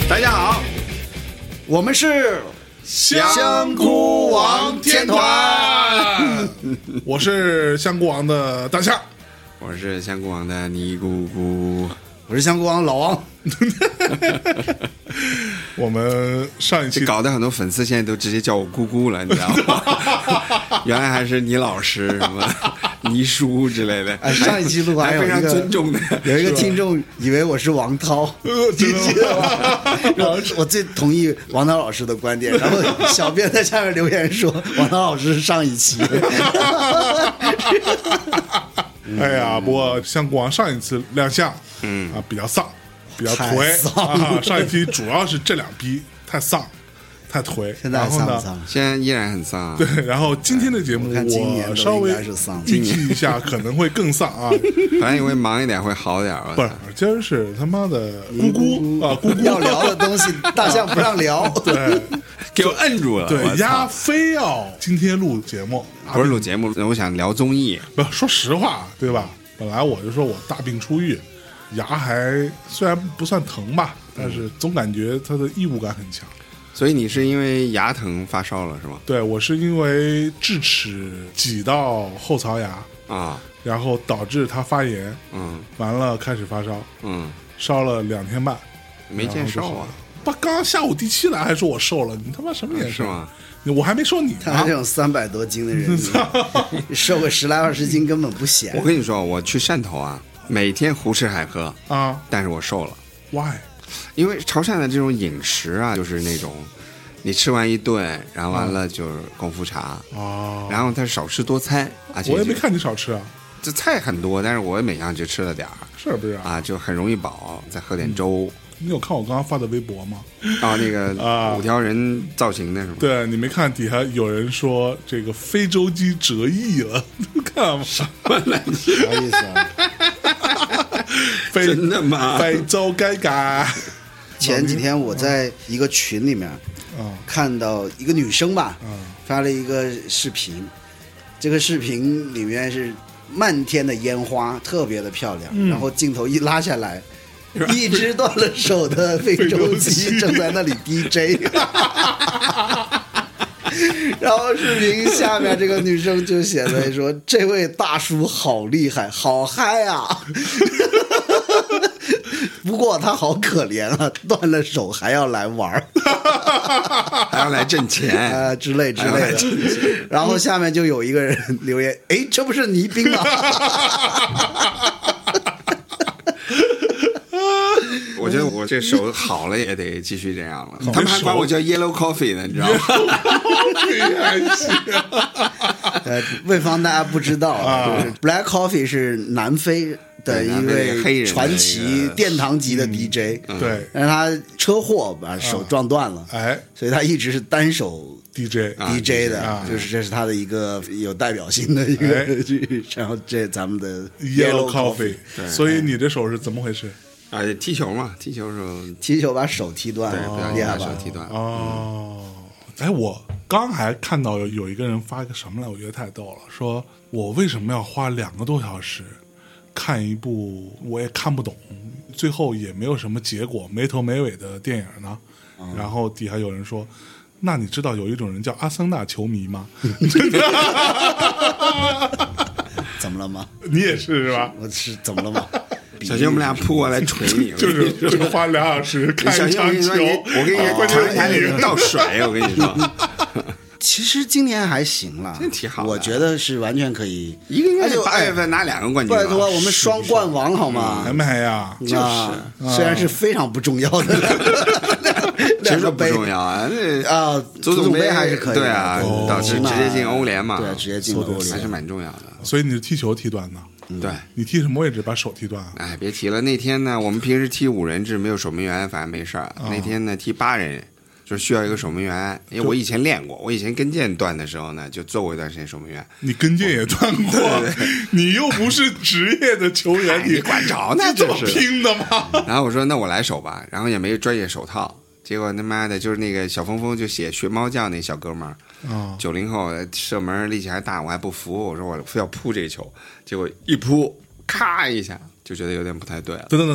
大家好， 我们是香菇王天团， 我是香菇王的大象， 我是香菇王的尼姑姑， 我是香菇王老王。 我们上一期搞得很多粉丝现在都直接叫我姑姑了，你知道吗？原来还是倪老师什么倪叔之类的。 上一期录还有非常一个尊重的， 有一个听众以为我是王涛，你记得吗？然后我最同意王涛老师的观点，然后小编在下面留言说王涛老师是上一期。 哎呀，不过香菇王上一次亮相，比较丧，比较颓啊。上一期主要是这两逼太丧。太颓， 现在还丧不丧？ 现在依然很丧啊。 对，然后今天的节目我稍微预计一下，可能会更丧啊。 反正以为忙一点会好点吧。 不是，今儿是他妈的姑姑啊，姑姑要聊的东西，大象不让聊。 对， 给我摁住了。 对，丫非要今天录节目， 不是录节目，我想聊综艺。 不，说实话，对吧？本来我就说我大病初愈，牙还虽然不算疼吧，但是总感觉它的异物感很强。 所以你是因为牙疼发烧了是吗？ 对，我是因为智齿挤到后槽牙啊， 然后导致它发炎，完了开始发烧，烧了2天半， 没见瘦啊！ 不，刚刚下午第7来还说我瘦了，你他妈什么眼神吗？ 我还没说你呢。 他这种300多斤的人，瘦个10来20斤根本不显。 我跟你说，我去汕头啊，每天胡吃海喝啊， 但是我瘦了。 Why？ 因为潮汕的这种饮食啊，就是那种你吃完一顿，然后完了就是功夫茶然后他少吃多餐，而且我也没看你少吃啊。 这菜很多，但是我每样就吃了点儿， 是不是啊？就很容易饱，再喝点粥。 你有看我刚刚发的微博吗？ 那个5条人造型的是吗？ 对，你没看底下有人说这个非洲鸡折翼了，看吗？ 什么来着？ 啥意思啊？ 真的吗？ 非洲该改。 前几天我在一个群里面看到一个女生吧，发了一个视频，这个视频里面是漫天的烟花，特别的漂亮，然后镜头一拉下来，一只断了手的非洲鸡正在那里 DJ。然后视频下面这个女生就写的说：“这位大叔好厉害，好嗨啊！不过他好可怜啊，断了手还要来玩， 还要来挣钱之类的。”然后下面就有一个人留言：“哎，这不是倪斌吗？” 我觉得我这手好了也得继续这样了。他们还管我叫 Yellow Coffee 呢，你知道吗？ 为防大家不知道就是 Black Coffee 是南非的一位传奇殿堂级的 DJ， 对， 但是他车祸把手撞断了，所以他一直是单手 DJ 的，就是这是他的一个有代表性的一个，然后这咱们的 Yellow Coffee， 所以你这手是怎么回事？ 踢球嘛，踢球时候踢球把手踢断， 对，不小心把手踢断。 我刚还看到有一个人发一个什么来，我觉得太逗了，说我为什么要花2个多小时看一部我也看不懂，最后也没有什么结果，没头没尾的电影呢？然后底下有人说，那你知道有一种人叫阿森纳球迷吗？ 怎么了吗？ 你也是吧？ 我是怎么了吗？ 小心我们俩扑过来捶你， 就是花2小时看一场球。 我跟你说，台里倒水，我跟你说。 其实今年还行了， 真挺好的， 我觉得是完全可以。 一个月8月份拿2个冠军， 拜托我们双冠王好吗？ 还没呀？ 就是虽然是非常不重要的 2个杯，不重要啊。足总杯还是可以， 对啊，导致直接进欧联嘛， 对，直接进欧联还是蛮重要的。 所以你是踢球踢断的？ 对， 你踢什么位置把手踢断？ 哎，别提了。那天呢，我们平时踢5人制，没有守门员，反正没事儿。那天呢，踢8人。就是需要一个守门员，因为我以前练过，我以前跟腱断的时候呢，就做过一段时间守门员。 你跟腱也断过，你又不是职业的球员， 你管着呢？ 这么拼的吗？ 然后我说那我来守吧，然后也没专业手套，结果他妈的就是那个小峰峰就写学猫将那小哥们儿，90后射门力气还大，我还不服，我说我非要扑这个球，结果一扑，咔一下就觉得有点不太对了。 等，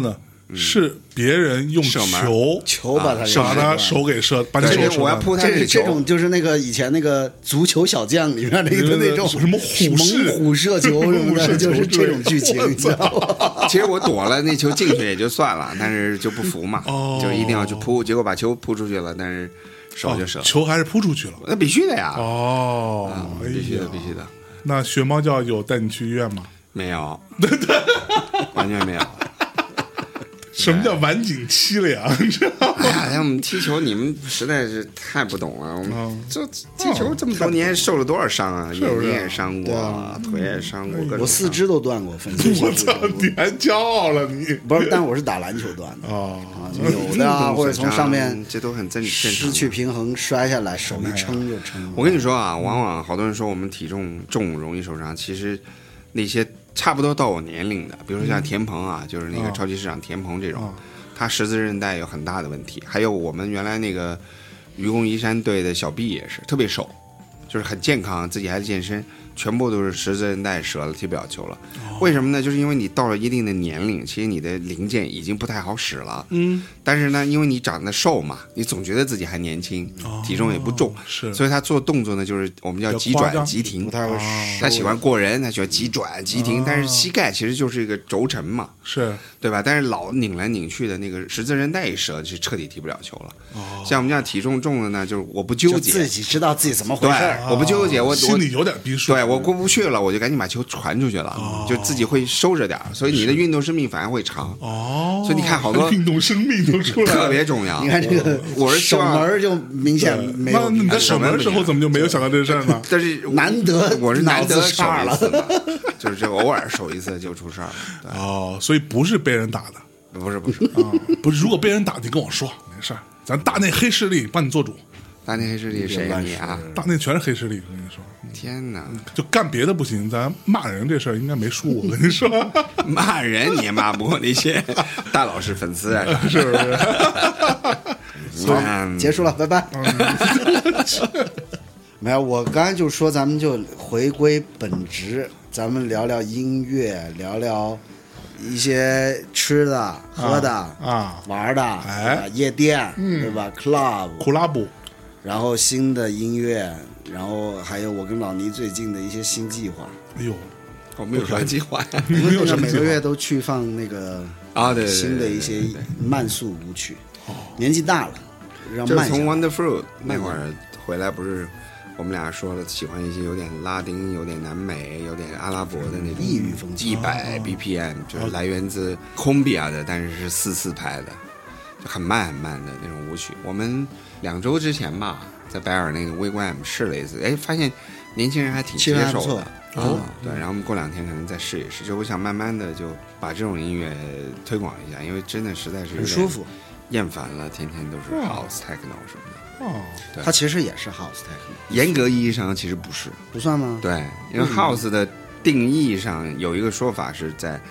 是别人用球把他手给射，把你手我要扑他这种就是那个以前那个足球小将里面那种什么猛虎射球什么的，就是这种剧情，你知道吗？ 其实我躲了，那球进去也就算了，但是就不服嘛，就一定要去扑，结果把球扑出去了，但是手就折了， 球还是扑出去了， 那必须的呀！必须的。 那学猫叫有带你去医院吗？ 没有，完全没有。 什么叫晚景凄凉？ 哎呀，像我们踢球，你们实在是太不懂了。我们就踢球这么多年，受了多少伤啊？眼睛也伤过，腿也伤过， 我4肢都断过。 我操，你还骄傲了你？ 不是，但我是打篮球断的扭的啊，或者从上面这都很正常， 失去平衡摔下来，手一撑就撑。 我跟你说啊，往往好多人说我们体重重容易受伤，其实那些差不多到我年龄的，比如说像田鹏啊，就是那个超级市长田鹏这种，他十字韧带有很大的问题。还有我们原来那个愚公移山队的小毕也是特别瘦，就是很健康，自己还健身，全部都是十字韧带折了，踢不了球了。为什么呢？就是因为你到了一定的年龄，其实你的零件已经不太好使了。但是呢，因为你长得瘦嘛，你总觉得自己还年轻，体重也不重，所以他做动作呢，就是我们叫急转急停。他喜欢过人，他喜欢急转急停，但是膝盖其实就是一个轴承嘛，对吧？但是老拧来拧去的那个十字韧带一折，就彻底踢不了球了。像我们这样体重重的呢，就是我不纠结， 自己知道自己怎么回事， 我不纠结，我心里有点逼数， 对我过不去了，我就赶紧把球传出去了，就自己会收着点，所以你的运动生命反而会长。所以你看好多运动生命都出来了， 特别重要。 你看这个，我是守门就明显没有。 那你在守门的时候怎么就没有想到这事儿呢？ 但是我是难得守一次嘛，就是这偶尔守一次就出事儿了。 所以不是被人打的， 不是不是。如果被人打，你跟我说没事儿，咱大内黑势力帮你做主。 大内黑势力谁你啊？ 大内全是黑势力，我跟你说。 天哪！ 就干别的不行，咱骂人这事儿应该没输。我跟你说， 骂人你也骂不过那些大老师粉丝啊， 是不是？ 好，结束了，拜拜。没有，我刚才就说咱们就回归本质，咱们聊聊音乐，聊聊一些吃的、喝的玩的，夜店，对吧 ？club，然后新的音乐，然后还有我跟老倪最近的一些新计划。 哎呦， 我们有啥计划呀？ 因为每个月都去放那个对新的一些慢速舞曲。年纪大了，让慢下来。 就从 Wonderful 那会儿回来，不是我们俩说了，喜欢一些有点拉丁、有点南美、有点阿拉伯的那种异域风情 ，100 BPM，就是来源自空比亚的，但是4/4拍的，就很慢很慢的那种舞曲。我们2周之前吧，在白尔那个 Wigwam 试了一次，发现年轻人还挺接受的。对，然后我们过2天可能再试一试，就我想慢慢的就把这种音乐推广一下，因为真的实在是很舒服， 厌烦了，天天都是 house techno 什么的。 对，它其实也是 house techno， 严格意义上其实不是， 不算吗？ 对，因为 house 的定义上有一个说法是在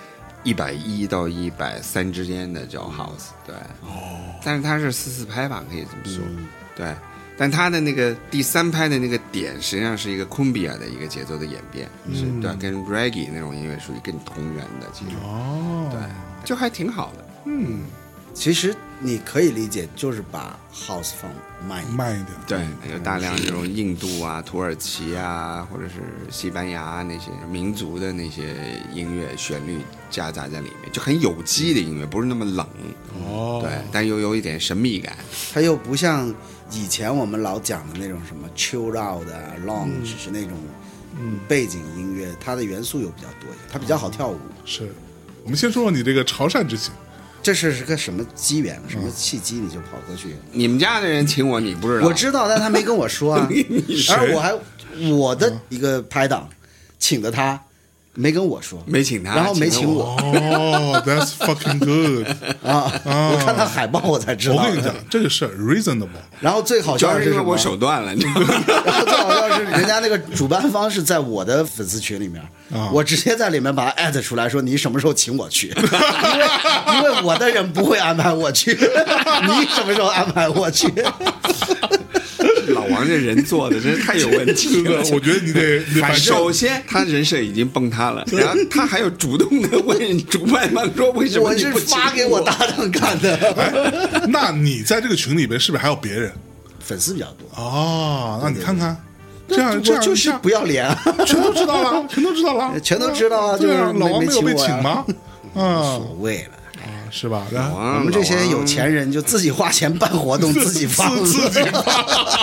110到130之间的叫 house， 对，但是它是4/4拍吧，可以这么说，对。但它的那个第3拍的那个点，实际上是一个昆比亚的一个节奏的演变，是对，跟 reggae 那种音乐属于更同源的，其实，对，就还挺好的。 其实你可以理解，就是把 house 放慢一点， 对，有大量这种印度啊、土耳其啊，或者是西班牙那些民族的那些音乐旋律夹杂在里面，就很有机的音乐，不是那么冷，对，但又有一点神秘感， 它又不像以前我们老讲的那种什么 chill out 的 lounge，是那种背景音乐，它的元素又比较多，它比较好跳舞。 是，我们先说说你这个潮汕之行， 这是个什么机缘，什么契机，你就跑过去？ 你们家的人请我，你不知道？ 我知道，但他没跟我说啊。而我的一个拍档请的他。没跟我说， 没请他， 然后没请我。 That's fucking good 我看他海报我才知道。 我跟你讲，这个是 reasonable。 然后最好笑的是因为我手断了。 然后最好笑的是，人家那个主办方是在我的粉丝群里面，我直接在里面把他艾特出来说你什么时候请我去，因为我的人不会安排我去，你什么时候安排我去？ 老王这人做的真是太有问题了。 我觉得你得首先他人设已经崩塌了，然后他还有主动的问主办方说为什么我是发给我搭档看的。 哎，那你在这个群里边是不是还有别人？ 粉丝比较多哦，那你看看。这样我就是不要脸啊！ 全都知道了，全都知道了， 全都知道啊！就是老王没有被请吗？ 无所谓了。 是吧？ 我们这些有钱人就自己花钱办活动，自己放， 自己放。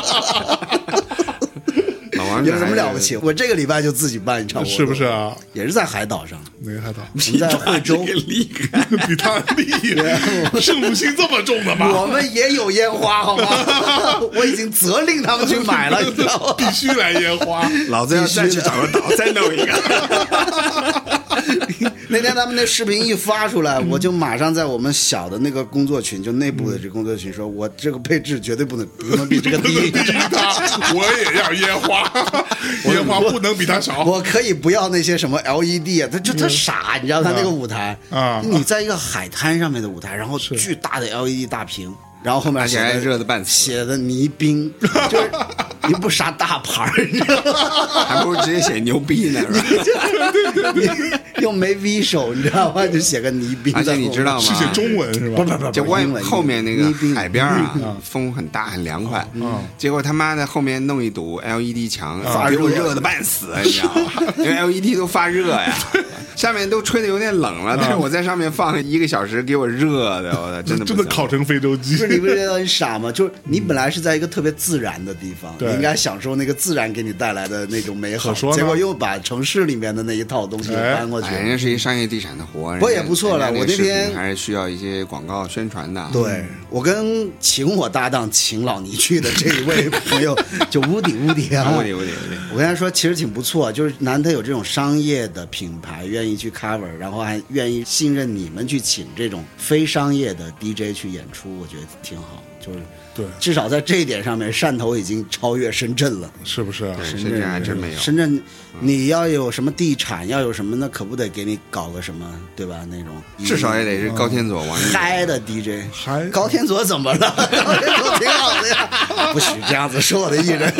老王有什么了不起？我这个礼拜就自己办一场活动， 是不是啊？ 也是在海岛上。 哪个海岛？ 我们在惠州。 厉害， 比他厉害，胜负心这么重的吗？ 我们也有烟花，好吗？我已经责令他们去买了，你知道吗？ 必须来烟花， 老子要再去找个岛再弄一个。 那天他们那视频一发出来，我就马上在我们小的那个工作群，就内部的这工作群说，我这个配置绝对不能比这个低。 我也要烟花，烟花不能比他少。 我可以不要那些什么 LED 啊，他傻，你知道他那个舞台啊，你在一个海滩上面的舞台，然后巨大的 LED 大屏。然后后面写的热的半死， 写的泥冰，就是你不杀大牌，你知道吗？ 还不如直接写牛逼呢， 又没 V 手，你知道吗？就写个泥冰。 而且你知道吗？ 是写中文是吧？ 不， 就后面那个海边啊，风很大很凉快，结果他妈的后面弄一堵 LED 墙，给我热的半死，你知道吗？因为 LED 都发热呀。下面都吹得有点冷了，但是我在上面放1个小时，给我热的，我真的烤成非洲鸡。 不是你不觉得很傻吗？就是你本来是在一个特别自然的地方，你应该享受那个自然给你带来的那种美好，结果又把城市里面的那一套东西搬过去。 人家是一商业地产的活， 不也不错了。我那天还是需要一些广告宣传的。 对，我跟请我搭档请老倪去的这一位朋友，就乌迪啊， 乌迪， 我跟他说其实挺不错，就是难得有这种商业的品牌愿意去 cover， 然后还愿意信任你们去请这种非商业的 DJ 去演出，我觉得挺好。就是对， 至少在这一点上面，汕头已经超越深圳了， 是不是啊？ 深圳还真没有。 深圳，你要有什么地产，要有什么，那可不得给你搞个什么，对吧？那种至少也得是高天佐、王嗨的 DJ。高天佐怎么了？高天佐挺好的呀，不许这样子说我的艺人。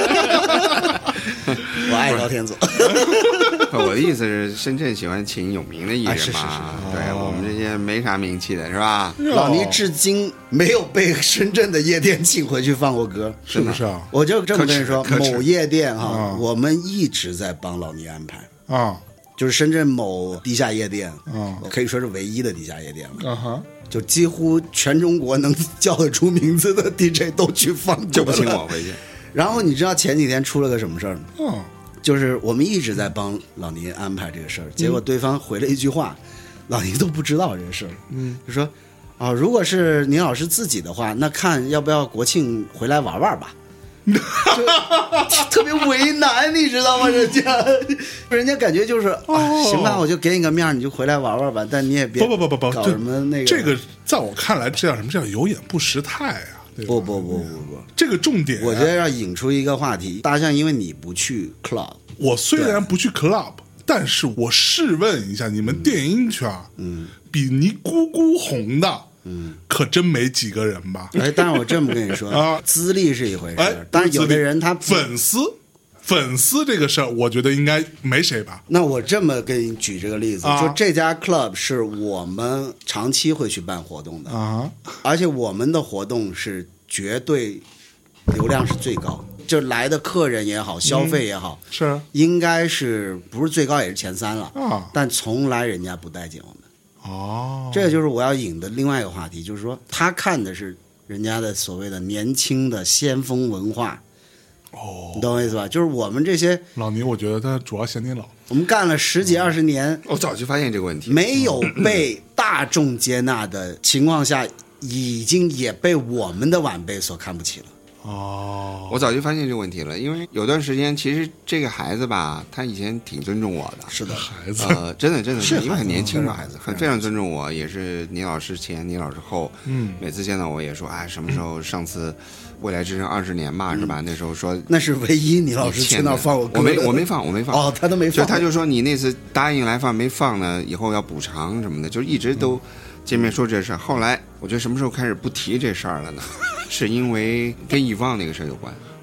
我爱高天佐。 我的意思是，深圳喜欢请有名的艺人嘛？对我们这些没啥名气的是吧？ 老倪至今没有被深圳的夜店请回去放过歌， 是不是啊？ 我就这么跟你说，某夜店哈，我们一直在帮老倪安排啊， 就是深圳某地下夜店，可以说是唯一的地下夜店了。就几乎全中国能叫得出名字的 DJ 都去放过了， 就不请我回去。 然后你知道前几天出了个什么事儿吗？就是我们一直在帮老倪安排这个事儿，结果对方回了一句话，老倪都不知道这个事儿，就说如果是倪老师自己的话，那看要不要国庆回来玩玩吧。就特别为难，你知道吗？人家感觉就是行吧，我就给你个面，你就回来玩玩吧，但你也别不搞什么那个。 这个在我看来，这叫什么？这叫有眼不识泰啊！ 不， 这个重点， 我觉得要引出一个话题。大象，因为你不去 club， 我虽然不去 club， 但是我试问一下，你们电音圈，比尼姑姑红的。可真没几个人吧？ 但是我这么跟你说资历是一回事，但是有的人他粉丝这个事儿，我觉得应该没谁吧。 那我这么给你举这个例子，就这家 club 是我们长期会去办活动的而且我们的活动是绝对流量是最高，就来的客人也好，消费也好， 是应该是不是最高也是前3了但从来人家不待见我们。这个就是我要引的另外一个话题，就是说他看的是人家的所谓的年轻的先锋文化。你懂我意思吧？就是我们这些老倪，我觉得他主要嫌你老。 我们干了10几20年， 我早就发现这个问题， 没有被大众接纳的情况下，已经也被我们的晚辈所看不起了。 我早就发现这个问题了，因为有段时间，其实这个孩子吧，他以前挺尊重我的。 是的， 孩子， 是因为很年轻的孩子，非常尊重我，也是倪老师前，倪老师后。每次见到我也说，什么时候上次未来之声20年吧，是吧？那时候说那是唯一倪老师去那放我歌， 我没放。 他都没放， 他就说你那次答应来放没放呢，以后要补偿什么的，就一直都见面说这事儿。后来我觉得什么时候开始不提这事儿了呢？是因为跟遗忘那个事儿有关。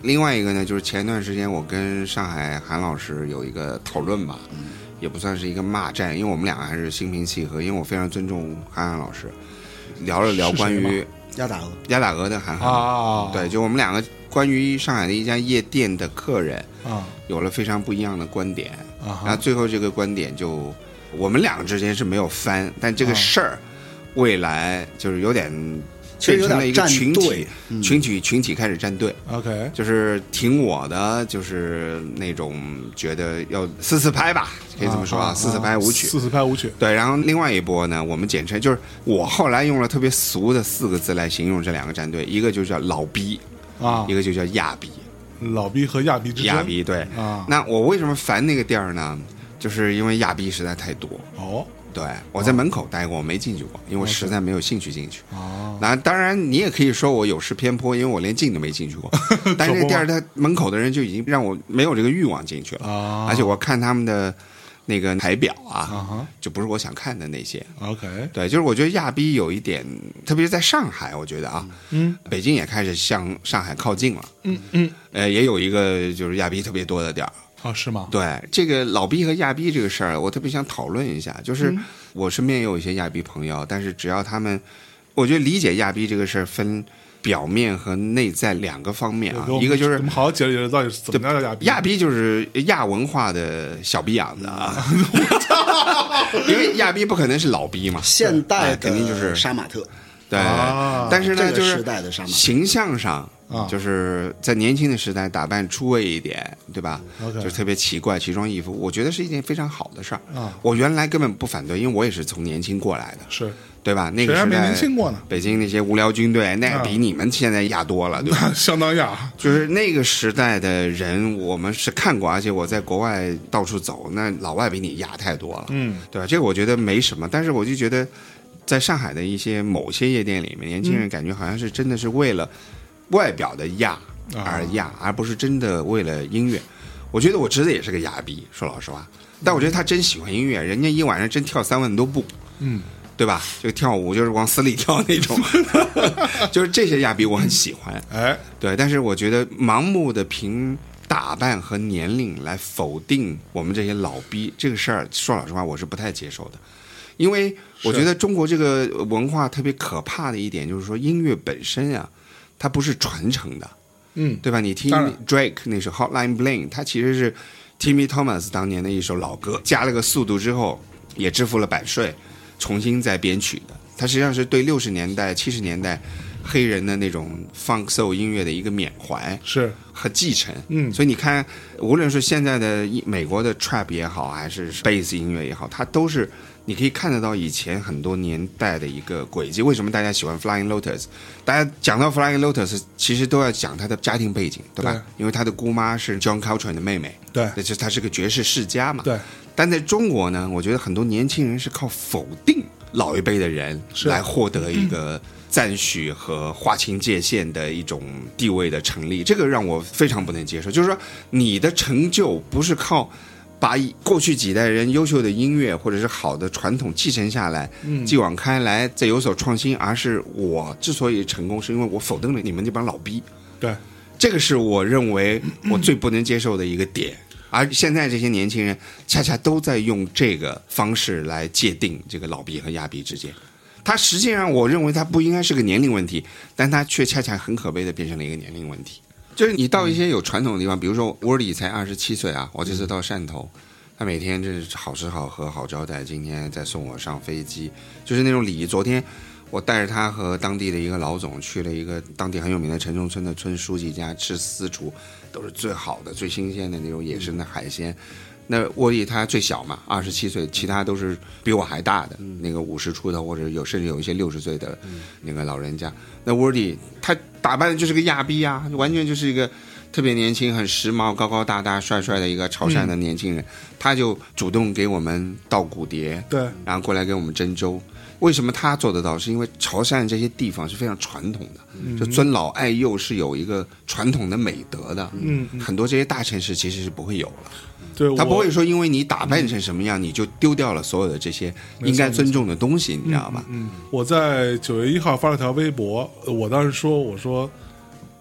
另外一个呢，就是前段时间我跟上海韩老师有一个讨论吧，也不算是一个骂战，因为我们两个还是心平气和，因为我非常尊重韩老师，聊了聊关于鸭打鹅的韩对，就我们两个关于上海的一家夜店的客人有了非常不一样的观点，然后最后这个观点就我们两个之间是没有翻，但这个事儿未来就是有点变成了一个群体开始站队 ，OK， 就是挺我的，就是那种觉得要四四拍吧，可以这么说啊，四四拍舞曲，对。然后另外一波呢，我们简称就是我后来用了特别俗的4个字来形容这2个战队，一个就叫老逼啊，一个就叫亚逼， 老逼和亚逼之争， 亚逼对啊。那我为什么烦那个店儿呢？就是因为亚逼实在太多哦。对，我在门口待过，我没进去过，因为我实在没有兴趣进去。哦，那当然你也可以说我有失偏颇，因为我连进都没进去过。但是这店他门口的人就已经让我没有这个欲望进去了。哦，而且我看他们的那个台表啊，就不是我想看的那些。 OK， 对，就是我觉得亚逼有一点，特别是在上海，我觉得啊，北京也开始向上海靠近了。也有一个就是亚逼特别多的店儿。 哦，是吗？ 对，这个老逼和亚逼这个事儿，我特别想讨论一下。就是我身边也有一些亚逼朋友，但是只要他们，我觉得理解亚逼这个事儿分表面和内在2个方面啊。一个就是我们好好解释到底怎么样叫亚逼。 亚逼就是亚文化的小逼养子啊，因为亚逼不可能是老逼嘛， 现代肯定就是杀马特。 对，但是呢，就是形象上。就是在年轻的时代打扮出位一点，对吧？就特别奇怪，奇装异服，我觉得是一件非常好的事儿。我原来根本不反对，因为我也是从年轻过来的， 是对吧？那个时代没年轻过呢， 北京那些无聊军队，那比你们现在亚多了，对吧？ 相当亚。 就是那个时代的人，我们是看过，而且我在国外到处走，那老外比你亚太多了，对吧？这个我觉得没什么，但是我就觉得，在上海的某些夜店里面，年轻人感觉好像是真的是为了外表的亚而亚，而不是真的为了音乐。我觉得我侄子也是个亚逼，说老实话，但我觉得他真喜欢音乐，人家一晚上真跳3万多步，对吧？这个跳舞就是往死里跳那种，就是这些亚逼我很喜欢，对。但是我觉得盲目的凭打扮和年龄来否定我们这些老逼这个事儿，说老实话我是不太接受的。因为我觉得中国这个文化特别可怕的一点就是说，音乐本身啊，它不是传承的，对吧？你听 Drake 那首 Hotline Bling， 它其实是 Timmy Thomas 当年的一首老歌，加了个速度之后，也支付了版税，重新再编曲的。它实际上是对60年代、70年代黑人的那种 funk soul 音乐的一个缅怀是和继承。所以你看，无论是现在的美国的 trap 也好，还是 bass 音乐也好，它都是你可以看得到以前很多年代的一个轨迹。为什么大家喜欢 Flying Lotus？ 大家讲到 Flying Lotus， 其实都要讲他的家庭背景，对吧？对，因为他的姑妈是 John Coltrane 的妹妹， 对， 那就是他是个爵士世家嘛。 对。 但在中国呢，我觉得很多年轻人是靠否定老一辈的人来获得一个赞许和划清界限的一种地位的成立，这个让我非常不能接受。就是说，你的成就不是靠把过去几代人优秀的音乐或者是好的传统继承下来，继往开来，再有所创新，而是我之所以成功，是因为我否定了你们这帮老逼。 对， 这个是我认为我最不能接受的一个点。而现在这些年轻人恰恰都在用这个方式来界定这个老逼和亚逼之间。他实际上我认为他不应该是个年龄问题，但他却恰恰很可悲的变成了一个年龄问题。就是你到一些有传统的地方，比如说窝里才27岁啊，我这次到汕头，他每天这是好吃好喝好招待，今天再送我上飞机，就是那种礼仪。昨天我带着他和当地的一个老总去了一个当地很有名的城中村的村书记家吃私厨，都是最好的最新鲜的那种野生的海鲜。那窝里他最小嘛，27岁，其他都是比我还大的，那个50出头或者甚至有一些60岁的那个老人家。那窝里他打扮的就是个亚逼啊，完全就是一个特别年轻、很时髦、高高大大、帅帅的一个潮汕的年轻人。他就主动给我们倒骨碟， 对， 然后过来给我们蒸粥。为什么他做得到？是因为潮汕这些地方是非常传统的，就尊老爱幼是有一个传统的美德的。很多这些大城市其实是不会有了。 对， 他不会说因为你打扮成什么样，你就丢掉了所有的这些应该尊重的东西，你知道吧？ 我在9月1号发了条微博，我当时说，我说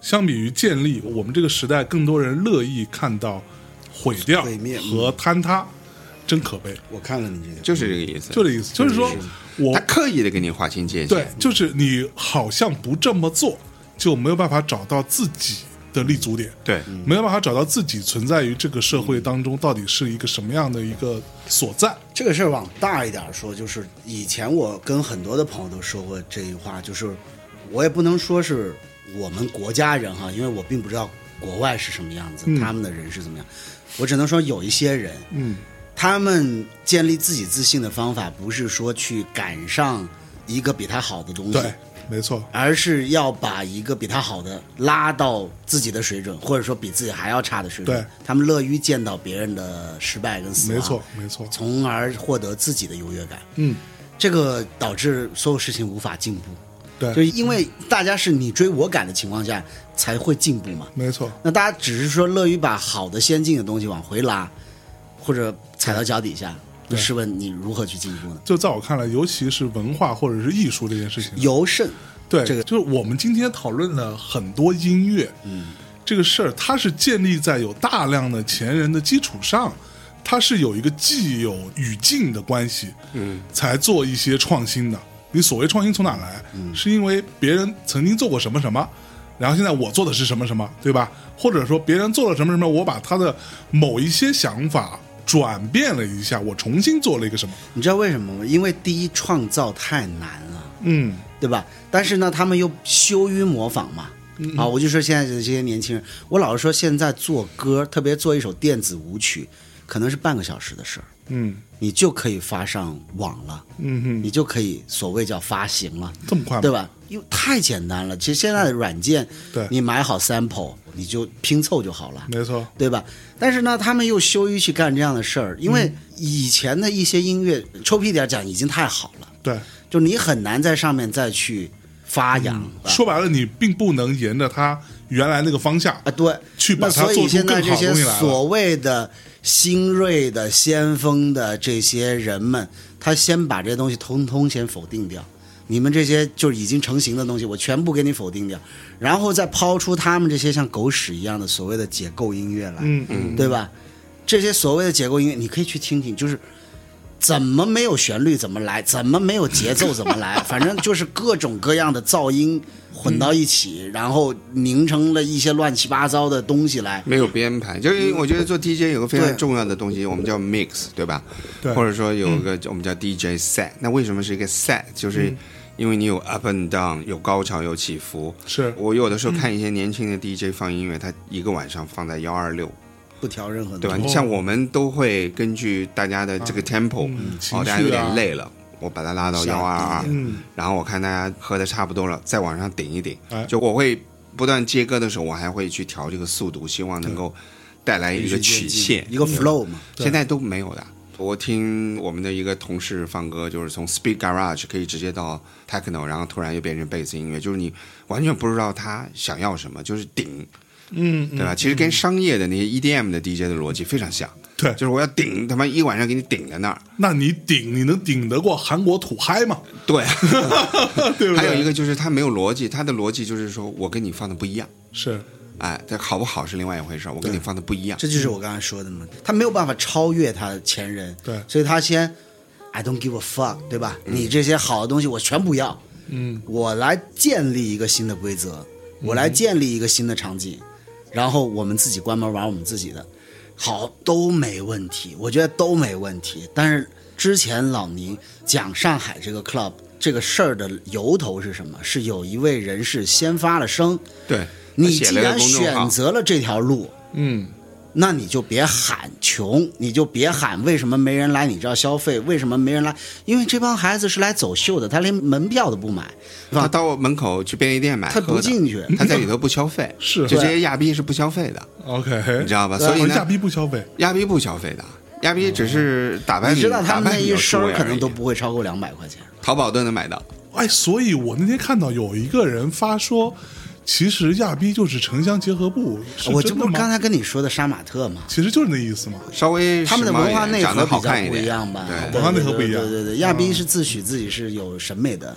相比于建立，我们这个时代更多人乐意看到毁掉毁灭和坍塌，真可悲。 我看了你这个， 就是这个意思， 就这意思，就是说我他刻意的给你划清界限， 对，就是你好像不这么做，就没有办法找到自己的立足点， 对， 没有办法找到自己存在于这个社会当中到底是一个什么样的一个所在。 这个事儿往大一点说，就是以前我跟很多的朋友都说过这句话，就是我也不能说是我们国家人哈，因为我并不知道国外是什么样子，他们的人是怎么样，我只能说有一些人，他们建立自己自信的方法不是说去赶上一个比他好的东西， 对，没错， 而是要把一个比他好的拉到自己的水准，或者说比自己还要差的水准。 对， 他们乐于见到别人的失败跟死亡， 没错，没错， 从而获得自己的优越感。这个导致所有事情无法进步。 对， 就因为大家是你追我赶的情况下才会进步嘛。 没错。 那大家只是说乐于把好的先进的东西往回拉，或者踩到脚底下。那试问你如何去进步呢？ 就在我看来，尤其是文化或者是艺术这件事情， 尤甚。 对， 这个就是我们今天讨论了很多音乐，这个事儿它是建立在有大量的前人的基础上，它是有一个既有语境的关系，才做一些创新的。你所谓创新从哪来？是因为别人曾经做过什么什么，然后现在我做的是什么什么，对吧？或者说别人做了什么什么，我把他的某一些想法转变了一下，我重新做了一个什么？ 你知道为什么吗？因为第一，创造太难了，对吧？但是呢，他们又羞于模仿嘛。我就说现在的这些年轻人，我老是说现在做歌，特别做一首电子舞曲，可能是半个小时的事儿，你就可以发上网了，你就可以所谓叫发行了， 这么快吗？ 对吧？因为太简单了，其实现在的软件， 对， 你买好 sample， 你就拼凑就好了， 没错， 对吧？但是呢，他们又羞于去干这样的事儿，因为以前的一些音乐，臭屁点讲已经太好了， 对， 就你很难在上面再去发扬。 说白了，你并不能沿着它原来那个方向啊，对， 去把它做出更好的东西来。那所以现在这些所谓的新锐的先锋的这些人们，他先把这些东西通通先否定掉。你们这些就是已经成型的东西，我全部给你否定掉，然后再抛出他们这些像狗屎一样的所谓的解构音乐来，对吧？这些所谓的解构音乐，你可以去听听，就是怎么没有旋律怎么来，怎么没有节奏怎么来，反正就是各种各样的噪音混到一起，然后拧成了一些乱七八糟的东西来， 没有编排。就是我觉得做 DJ 有个非常重要的东西，我们叫 mix， 对吧？ 对， 或者说有一个我们叫 DJ set。那为什么是一个 set？ 就是因为你有 up and down， 有高潮有起伏。 是我有的时候看一些年轻的 DJ 放音乐，他一个晚上放在126。 不调任何的， 对吧？像我们都会根据大家的这个 tempo，大家有点累了，我把它拉到122，然后我看大家喝的差不多了，再往上顶一顶。就我会不断接歌的时候，我还会去调这个速度，希望能够带来一个曲线， 一个 flow 嘛。 现在都没有的。我听我们的一个同事放歌，就是从 Speed Garage 可以直接到 Techno， 然后突然又变成贝斯音乐，就是你完全不知道他想要什么，就是顶。对吧？其实跟商业的那些 EDM 的 DJ 的逻辑非常像。 对， 就是我要顶，他妈一晚上给你顶在那儿。 那你能顶得过韩国土嗨吗？ 对， 对不对？ 还有一个就是他没有逻辑，他的逻辑就是说我跟你放的不一样。 是， 哎，这好不好是另外一回事，我跟你放的不一样。 这就是我刚才说的嘛，他没有办法超越他的前人。 对， 所以他先 I don't give a fuck， 对吧？你这些好的东西我全不要。我来建立一个新的规则，我来建立一个新的场景。然后我们自己关门玩我们自己的，好，都没问题，我觉得都没问题。但是之前老倪讲上海这个 club 这个事儿的由头是什么？是有一位人士先发了声， 对， 你既然选择了这条路，那你就别喊穷，你就别喊为什么没人来你这儿消费，为什么没人来？因为这帮孩子是来走秀的，他连门票都不买， 他到门口去便利店买， 他不进去， 他在里头不消费， 是就这些亚逼是不消费的。 OK， 你知道吧？所以呢， 亚逼不消费， 亚逼不消费的，亚逼只是打扮， 你知道他们那一身可能都不会超过200块钱， 淘宝都能买到。 哎，所以我那天看到有一个人发说。其实亚逼就是城乡结合部， 我这不是刚才跟你说的杀马特吗？ 其实就是那意思嘛， 稍微他们的文化内核比较不一样吧？ 文化内核不一样。 对，亚逼是自诩自己是有审美的，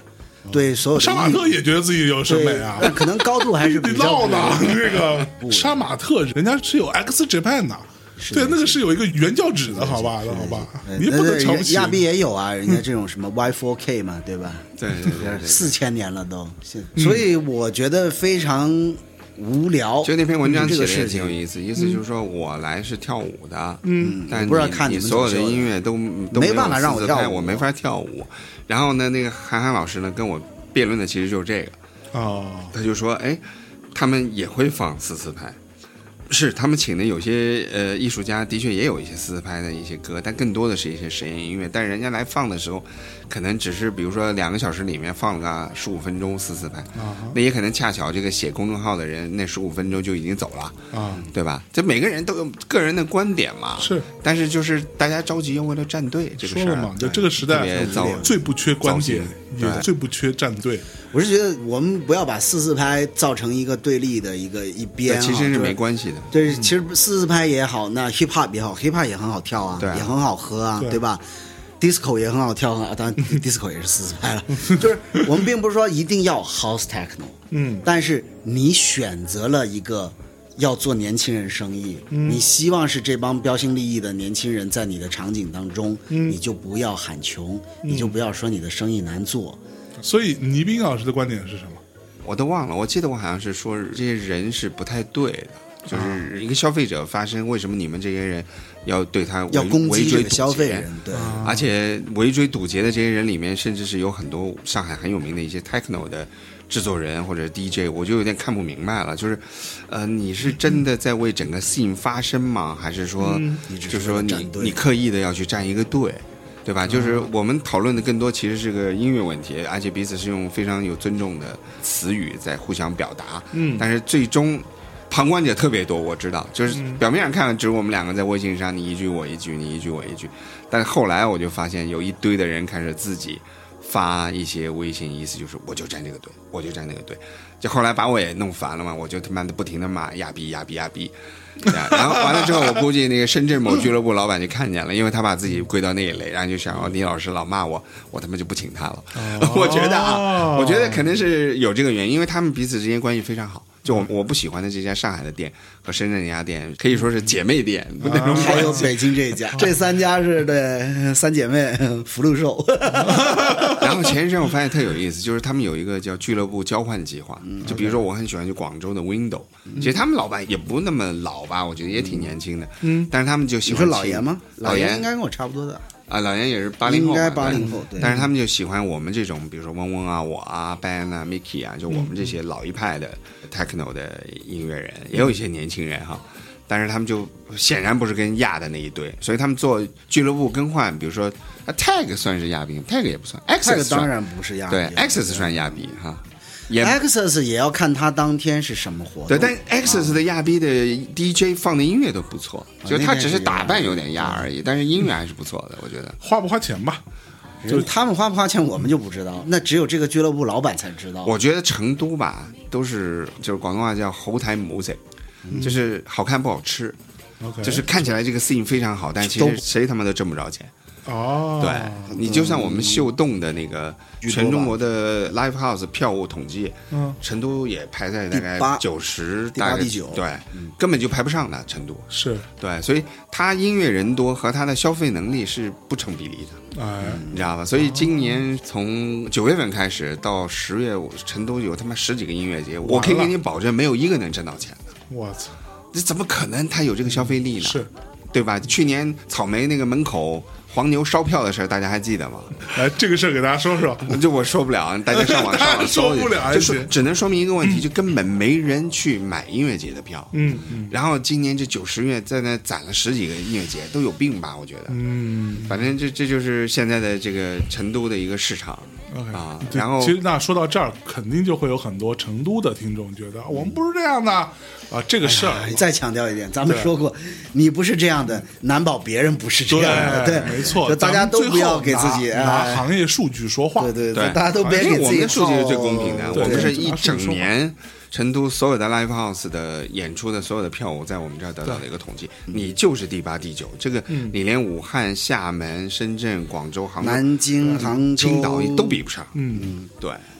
对所有的杀马特也觉得自己有审美啊， 但可能高度还是比你较闹呢？那个杀马特人家是有 X Japan 的。对，那个是有一个原教旨的，好吧，你不能瞧不起。 亚比也有啊，人家这种什么 Y4K 嘛，对吧？ 对 ，4000年了都，所以我觉得非常无聊。 就那篇文章写的也挺有意思，意思就是说我来是跳舞的，但不知道看你所有的音乐都没办法让我跳舞， 我没法跳舞。然后呢，那个韩寒老师呢跟我辩论的其实就是这个，他就说，哎，他们也会放4/4拍。是他们请的有些艺术家的确也有一些4/4拍的一些歌，但更多的是一些实验音乐。但是人家来放的时候，可能只是比如说2个小时里面放了个15分钟4/4拍，那也可能恰巧这个写公众号的人那15分钟就已经走了，对吧？这每个人都有个人的观点嘛， 是。 但是就是大家着急要为了站队这个事儿嘛，就这个时代最不缺观点，也最不缺站队。 我是觉得我们不要把4/4拍造成一个对立的一边， 其实是没关系的。 对，其实4/4拍也好，那 hip hop 也好 ，hip hop 也很好跳啊，也很好喝啊，对吧？disco 也很好跳啊，当然 disco 也是4/4拍了。就是我们并不是说一定要 house techno，但是你选择了一个要做年轻人生意，你希望是这帮标新立异的年轻人在你的场景当中，你就不要喊穷，你就不要说你的生意难做。 所以倪斌老师的观点是什么？ 我都忘了，我记得我好像是说这些人是不太对的，就是一个消费者发声，为什么你们这些人要对他要攻击这个消费人？对， 而且围追堵截的这些人里面，甚至是有很多上海很有名的一些 techno 的制作人或者 DJ， 我就有点看不明白了，就是你是真的在为整个 scene 发声吗？还是说就是说你刻意的要去站一个队？对吧？就是我们讨论的更多其实是个音乐问题，而且彼此是用非常有尊重的词语在互相表达。但是最终旁观者特别多，我知道，就是表面上看只是我们2个在微信上你一句我一句，你一句我一句，但是后来我就发现有一堆的人开始自己发一些微信，意思就是我就站这个队，我就站那个队，就后来把我也弄烦了嘛，我就他妈的不停的骂亚逼。然后完了之后，我估计那个深圳某俱乐部老板就看见了，因为他把自己归到那一类，然后就想倪老师老骂我他妈就不请他了。我觉得可能是有这个原因，因为他们彼此之间关系非常好。就我不喜欢的这家上海的店和深圳那家店可以说是姐妹店， 还有北京这一家，这3家是对3姐妹福禄寿。 然后前一阵我发现特有意思，就是他们有一个叫俱乐部交换计划，就比如说我很喜欢去广州的 Window，其实他们老板也不那么老吧，我觉得也挺年轻的，但是他们就喜欢。 你说老严吗？ 老严应该跟我差不多的。 老严也是80后， 应该80后，对。 但是他们就喜欢我们这种，比如说嗡嗡啊、我啊、Ben 啊、Mickey 啊，就我们这些老一派的 techno 的音乐人，也有一些年轻人哈。但是他们就显然不是跟亚的那一队，所以他们做俱乐部更换，比如说Tag 算是亚兵 ，Tag 也不算 ，Access 当然不是亚兵， 对 ，Access 算亚兵哈。 Access 也要看他当天是什么活动。 对，但 Access 的亚逼的 DJ 放的音乐都不错，就他只是打扮有点亚而已，但是音乐还是不错的，我觉得。 花不花钱吧？ 就是他们花不花钱我们就不知道，那只有这个俱乐部老板才知道。 我觉得成都吧，都是就是广东话叫后台母仔，就是好看不好吃，就是看起来这个 scene 非常好，但其实谁他妈都挣不着钱。对，你就像我们秀动的那个全中国的 live house 票务统计，成都也排在大概90，大概第9， 对，根本就排不上的。成都是对，所以他音乐人多和他的消费能力是不成比例的，你知道吧？所以今年从9月份开始到10月，成都有他妈10几个音乐节，我可以给你保证，没有一个能挣到钱的。 我操， 这怎么可能？他有这个消费力呢？ 是， 对吧？去年草莓那个门口黄牛烧票的事大家还记得吗？ 来，这个事儿给大家说说。 这我说不了，大家上网说不了， 就只能说明一个问题，就根本没人去买音乐节的票。然后今年这9、10月在那攒了10几个音乐节，都有病吧？我觉得。反正这就是现在的这个成都的一个市场。啊，然后其实那说到这儿，肯定就会有很多成都的听众觉得我们不是这样的啊。这个事儿， 再强调一点，咱们说过，你不是这样的，难保别人不是这样的，对， 没错。 就大家都不要给自己拿行业数据说话， 对，大家都别给自己。 我们的数据是最公平的，我们是一整年成都所有的 live house 的演出的所有的票务在我们这儿得到的一个统计，你就是第8、第9，这个你连武汉、厦门、深圳、广州、杭州、 南京、杭州、 青岛都比不上。对，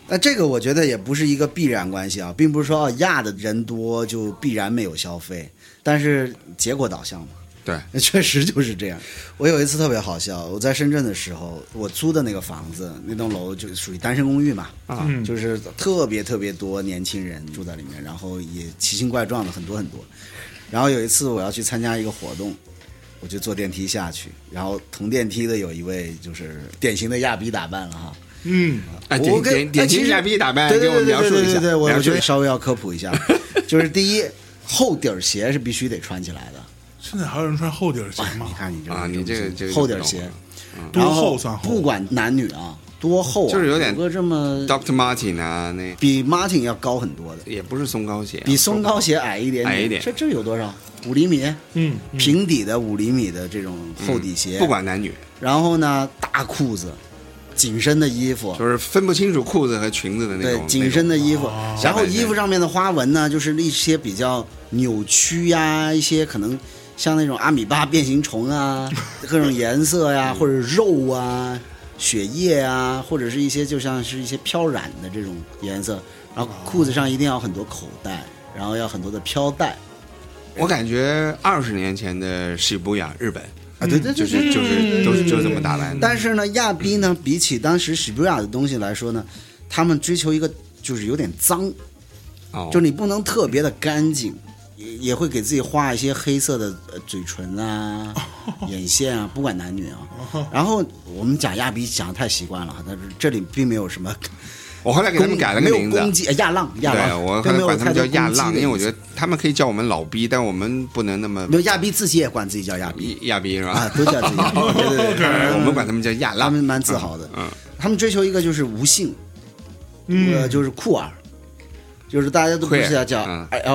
那这个我觉得也不是一个必然关系啊，并不是说亚的人多就必然没有消费，但是结果导向嘛。 对， 确实就是这样。我有一次特别好笑，我在深圳的时候，我租的那个房子，那栋楼就属于单身公寓嘛，就是特别特别多年轻人住在里面，然后也奇形怪状的很多很多。然后有一次我要去参加一个活动，我就坐电梯下去，然后同电梯的有一位就是典型的亚逼打扮了哈。 典型亚逼打扮，给我描述一下。 对，我觉得稍微要科普一下，就是第一，厚底鞋是必须得穿起来的。 现在还有人穿厚底鞋吗？ 你看你这个厚底鞋， 多厚算厚？ 不管男女啊，多厚啊？ 就是有点个这么 Dr. Martin 啊，那比 Martin 要高很多的， 也不是松糕鞋， 比松糕鞋矮一点， 矮一点。 这有多少？5厘米？平底的5厘米的这种厚底鞋， 不管男女。 然后呢，大裤子。紧身的衣服， 就是分不清楚裤子和裙子的那种。 对，紧身的衣服，然后衣服上面的花纹呢，就是一些比较扭曲呀，一些可能像那种阿米巴变形虫啊，各种颜色呀，或者肉啊、血液啊，或者是一些就像是一些飘染的这种颜色。然后裤子上一定要很多口袋，然后要很多的飘带。 我感觉20年前的喜布雅日本。 对， 就是都是就这么打扮。 但是呢，亚逼呢，比起当时喜布雅的东西来说呢，他们追求一个就是有点脏，就你不能特别的干净，也会给自己画一些黑色的嘴唇啊、眼线啊，不管男女啊。然后我们讲亚逼讲的太习惯了，但是这里并没有什么。 我后来给他们改了个名字， 没有攻击亚浪， 对，我后来管他们叫亚浪，因为我觉得他们可以叫我们老逼，但我们不能那么。 没有亚逼自己也管自己叫亚逼， 亚逼是吧？ 啊，都叫自己亚逼。对， 我们管他们叫亚浪， 他们蛮自豪的。他们追求一个就是无性，就是酷儿，就是大家都不是要叫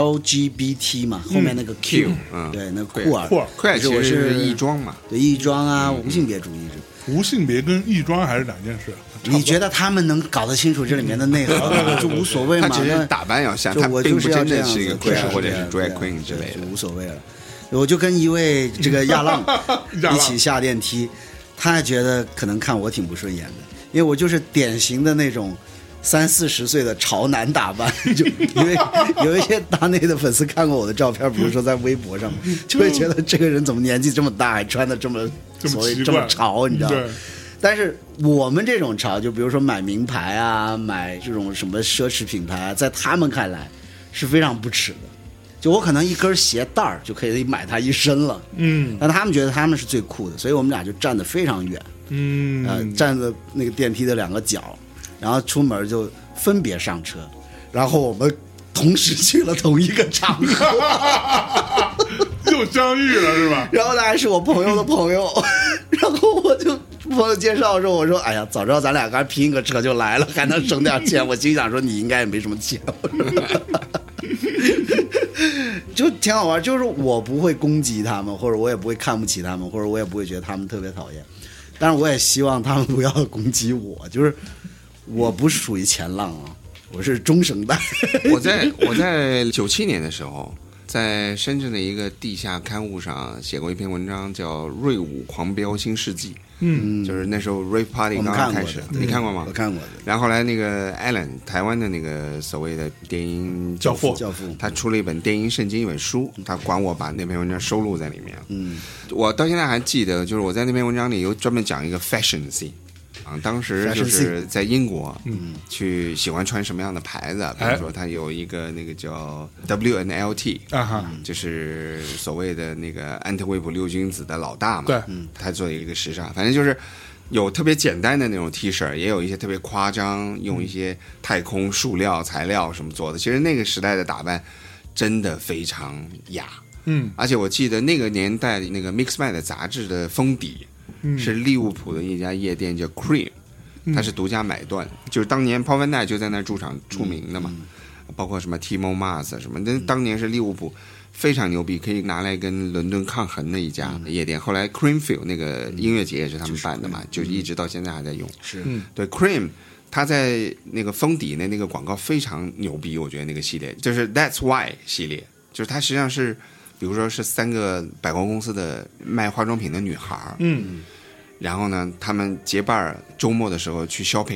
LGBT 嘛，后面那个 Q，对，那酷儿， 酷儿其实是异装嘛， 对，异装啊，无性别主义者。 无性别跟异装还是两件事。 你觉得他们能搞得清楚这里面的内核吗？就无所谓嘛。 他只是打扮要像，他并不真的是一个 queer 或者是 drag queen 之类的， 无所谓了。我就跟一位这个亚浪一起下电梯，他还觉得可能看我挺不顺眼的，因为我就是典型的那种30-40岁的潮男打扮，就因为有一些大内的粉丝看过我的照片，比如说在微博上，就会觉得这个人怎么年纪这么大，还穿的这么所谓这么潮，你知道吗？但是我们这种潮，就比如说买名牌啊，买这种什么奢侈品牌啊，在他们看来是非常不耻的。就我可能一根鞋带儿就可以买它一身了，但他们觉得他们是最酷的，所以我们俩就站得非常远，站在那个电梯的2个角，然后出门就分别上车，然后我们同时去了同一个场合， 又相遇了是吧？ 然后他还是我朋友的朋友，然后我就朋友介绍的时候，我说：“哎呀，早知道咱俩刚拼一个车就来了，还能省点钱。”我心想说：“你应该也没什么钱。”就挺好玩，就是我不会攻击他们，或者我也不会看不起他们，或者我也不会觉得他们特别讨厌。但是我也希望他们不要攻击我，就是我不是属于前浪啊，我是中生代。 我在97年的时候，在深圳的一个地下刊物上写过一篇文章，叫《瑞舞狂飙新世纪》。就是那时候 Rave Party 刚刚开始，你看过吗？ 我看过的。 然后后来那个 Alan 台湾的那个所谓的电音教父，他出了一本电音圣经一本书，他管我把那篇文章收录在里面。我到现在还记得，就是我在那篇文章里有专门讲一个 fashion scene。当时就是在英国，去喜欢穿什么样的牌子，比如说他有一个那个叫 WNLT，就是所谓的那个安特卫普六君子的老大嘛， 对， 他做一个时尚，反正就是有特别简单的那种 T 恤，也有一些特别夸张，用一些太空塑料材料什么做的。其实那个时代的打扮真的非常雅，而且我记得那个年代那个 Mixmag 的杂志的封底。是利物浦的一家夜店叫 Cream， 它是独家买断，就是当年 Paul Van Dyke 就在那驻场出名的嘛，包括什么 Timo Mars 什么，那当年是利物浦非常牛逼，可以拿来跟伦敦抗衡的一家夜店。后来 Creamfield 那个音乐节也是他们办的嘛，就一直到现在还在用。 是， 对 Cream， 他在那个封底的那个广告非常牛逼，我觉得那个系列就是 That's Why 系列，就是它实际上是。比如说是3个百货公司的卖化妆品的女孩，然后呢，他们结伴周末的时候去 shopping，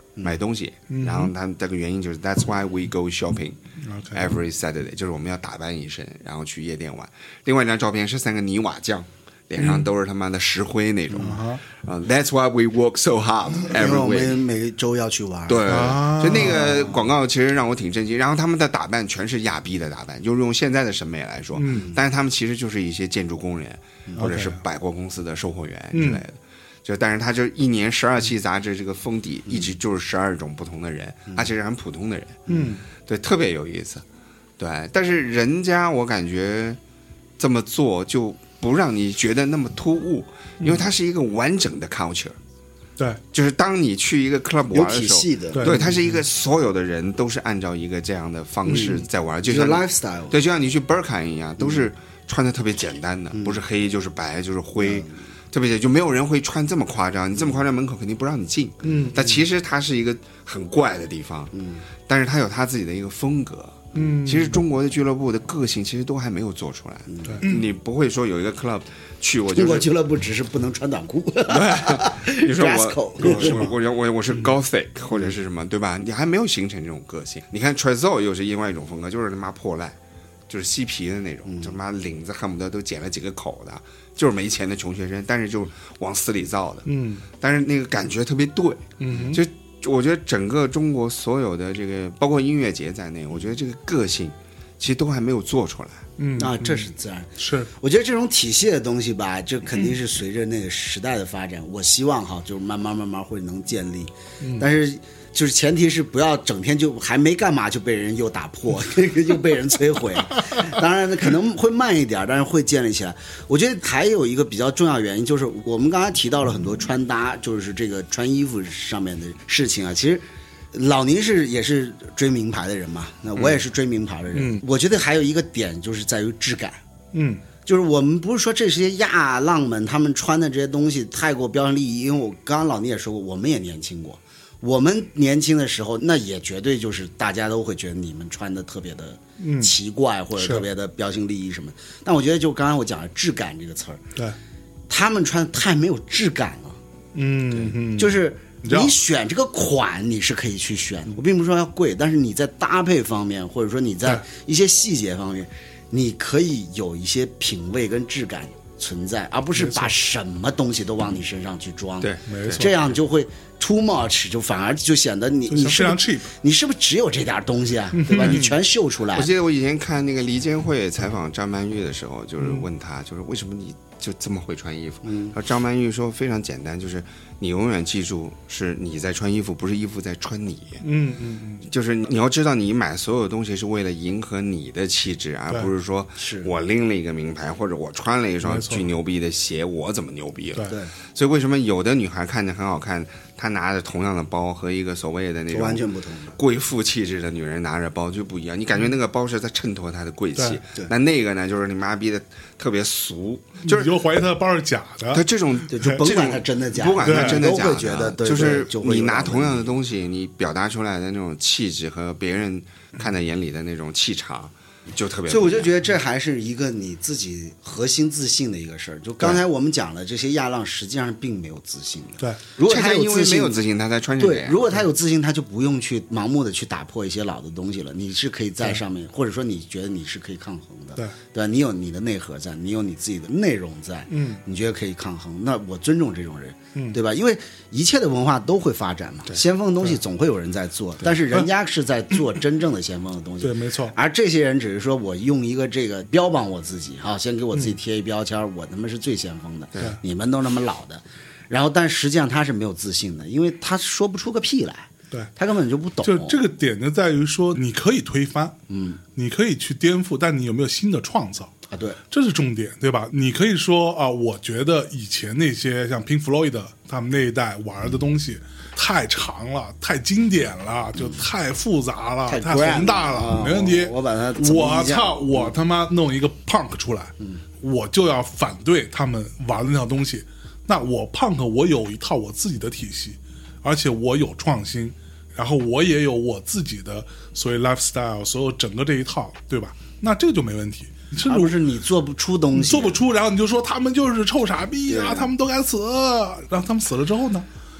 买东西，然后他这个原因就是 That's why we go shopping every Saturday， 就是我们要打扮一身，然后去夜店玩。另外一张照片是3个泥瓦匠，脸上都是他妈的石灰那种。That's why we work so hard every week。因为我们每周要去玩。 对，就那个广告其实让我挺震惊。然后他们的打扮全是亚逼的打扮，就是用现在的审美来说，但是他们其实就是一些建筑工人或者是百货公司的售货员之类的。就但是他就一年12期杂志，这个封底一直就是12种不同的人，而且是很普通的人。对，特别有意思。对，但是人家我感觉这么做就不让你觉得那么突兀，因为它是一个完整的 culture。 对， 就是当你去一个 club 玩的时候， 有体系的， 对，它是一个所有的人都是按照一个这样的方式在玩，就像 lifestyle， 对，就像你去 Berkham 一样，都是穿的特别简单的，不是黑就是白就是灰。特别就没有人会穿这么夸张，你这么夸张门口肯定不让你进。但其实它是一个很怪的地方。但是它有它自己的一个风格。其实中国的俱乐部的个性其实都还没有做出来。你不会说有一个 club 去我就是。 中国俱乐部只是不能穿短裤。 对，你说我是 Gothic 或者是什么，对吧？你还没有形成这种个性。你看 Trezo 又是另外一种风格，就是他妈破烂，就是嬉皮的那种，他妈领子恨不得都剪了几个口的。就是没钱的穷学生，但是就往死里造的，但是那个感觉特别对，就我觉得整个中国所有的这个，包括音乐节在内，我觉得这个个性其实都还没有做出来。 这是自然。 是， 我觉得这种体系的东西吧，这肯定是随着那个时代的发展，我希望哈，就是慢慢会能建立，但是。就是前提是不要整天就还没干嘛就被人又打破，又被人摧毁。当然可能会慢一点，但是会建立起来。我觉得还有一个比较重要原因，就是我们刚才提到了很多穿搭，就是这个穿衣服上面的事情啊。其实老倪也是追名牌的人嘛，那我也是追名牌的人。我觉得还有一个点就是在于质感。就是我们不是说这些亚浪们他们穿的这些东西太过标新立异，因为我刚刚老倪也说过，我们也年轻过。我们年轻的时候，那也绝对就是大家都会觉得你们穿的特别的奇怪，或者特别的标新立异什么。但我觉得就刚才我讲的质感这个词儿， 对， 他们穿的太没有质感了。就是你选这个款你是可以去选，我并不是说要贵，但是你在搭配方面，或者说你在一些细节方面，你可以有一些品味跟质感存在，而不是把什么东西都往你身上去装。 对， 没错， 这样就会 too much， 就反而就显得你非常 cheap， 你是不是只有这点东西啊？对吧？你全秀出来。 我记得我以前看那个黎坚惠采访张曼玉的时候，就是问他，就是为什么你就这么会穿衣服？然后张曼玉说非常简单，就是你永远记住是你在穿衣服，不是衣服在穿你。就是你要知道，你买所有东西是为了迎合你的气质，而不是说我拎了一个名牌，或者我穿了一双巨牛逼的鞋，我怎么牛逼了？ 对。 所以为什么有的女孩看着很好看，她拿着同样的包，和一个所谓的那种完全不同贵妇气质的女人拿着包就不一样？你感觉那个包是在衬托她的贵气，那个呢，就是你妈逼的特别俗，就是你就怀疑她的包是假的。 她这种就甭管她真的假的， 不管她真的假的， 都会觉得就是你拿同样的东西，你表达出来的那种气质和别人看在眼里的那种气场。就特别， 所以我就觉得这还是一个你自己核心自信的一个事儿。就刚才我们讲的这些亚浪，实际上并没有自信的。 对， 如果他因为没有自信，他才穿成这样。 对，如果他有自信，他就不用去盲目的去打破一些老的东西了。你是可以在上面，或者说你觉得你是可以抗衡的。对吧？你有你的内核在，你有你自己的内容在，你觉得可以抗衡，那我尊重这种人，对吧？因为一切的文化都会发展嘛，先锋的东西总会有人在做，但是人家是在做真正的先锋的东西。 对，没错。 而这些人只是说我用一个这个标榜我自己啊，先给我自己贴一标签，我他妈是最先锋的，你们都那么老的。然后，但实际上他是没有自信的，因为他说不出个屁来。 对， 他根本就不懂。 就这个点就在于说，你可以推翻，你可以去颠覆，但你有没有新的创造啊？对， 这是重点，对吧？你可以说啊，我觉得以前那些像 Pink Floyd 他们那一代玩的东西太长了，太经典了，就太复杂了，太宏大了，没问题。 我把它， 我操，我他妈弄一个 Punk 出来，我就要反对他们玩的那套东西。那我 Punk 我有一套我自己的体系，而且我有创新，然后我也有我自己的所谓 lifestyle， 所有整个这一套，对吧？那这个就没问题。 而不是你做不出东西， 做不出，然后你就说他们就是臭傻逼啊，他们都该死。然后他们死了之后呢？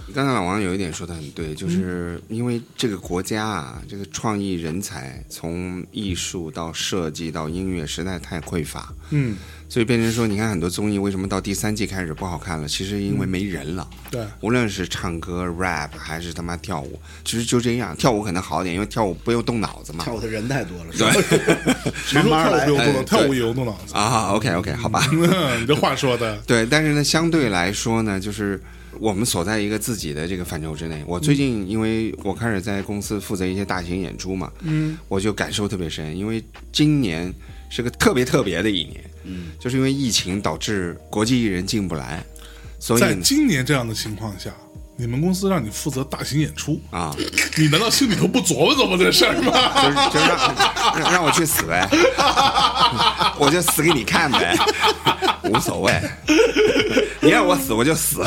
刚才老王有一点说的很对，就是因为这个国家啊，这个创意人才从艺术到设计到音乐实在太匮乏，所以变成说，你看很多综艺为什么到第3季开始不好看了？其实因为没人了。 对， 无论是唱歌 rap 还是他妈跳舞，其实就这样。跳舞可能好点，因为跳舞不用动脑子嘛。 跳舞的人太多了， 对， 谁说跳舞不用动脑子？跳舞也用动脑子啊。OK， 好吧。 你这话说的。 对，但是呢，相对来说呢，就是我们所在一个自己的这个范畴之内。我最近因为我开始在公司负责一些大型演出嘛，我就感受特别深，因为今年是个特别的一年，就是因为疫情导致国际艺人进不来，所以在今年这样的情况下，你们公司让你负责大型演出啊， 你难道心里头不琢磨这事儿吗？ 就让我去死呗，我就死给你看呗，无所谓，你让我死我就死。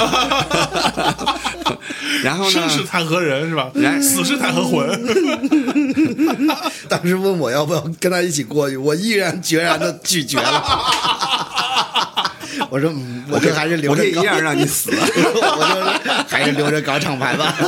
然后呢？ 生是谈何人是吧？死是谈何魂？ 当时问我要不要跟他一起过去，我毅然决然的拒绝了。我说，我就还是留着， 我可以一样让你死， 我就还是留着搞厂牌吧。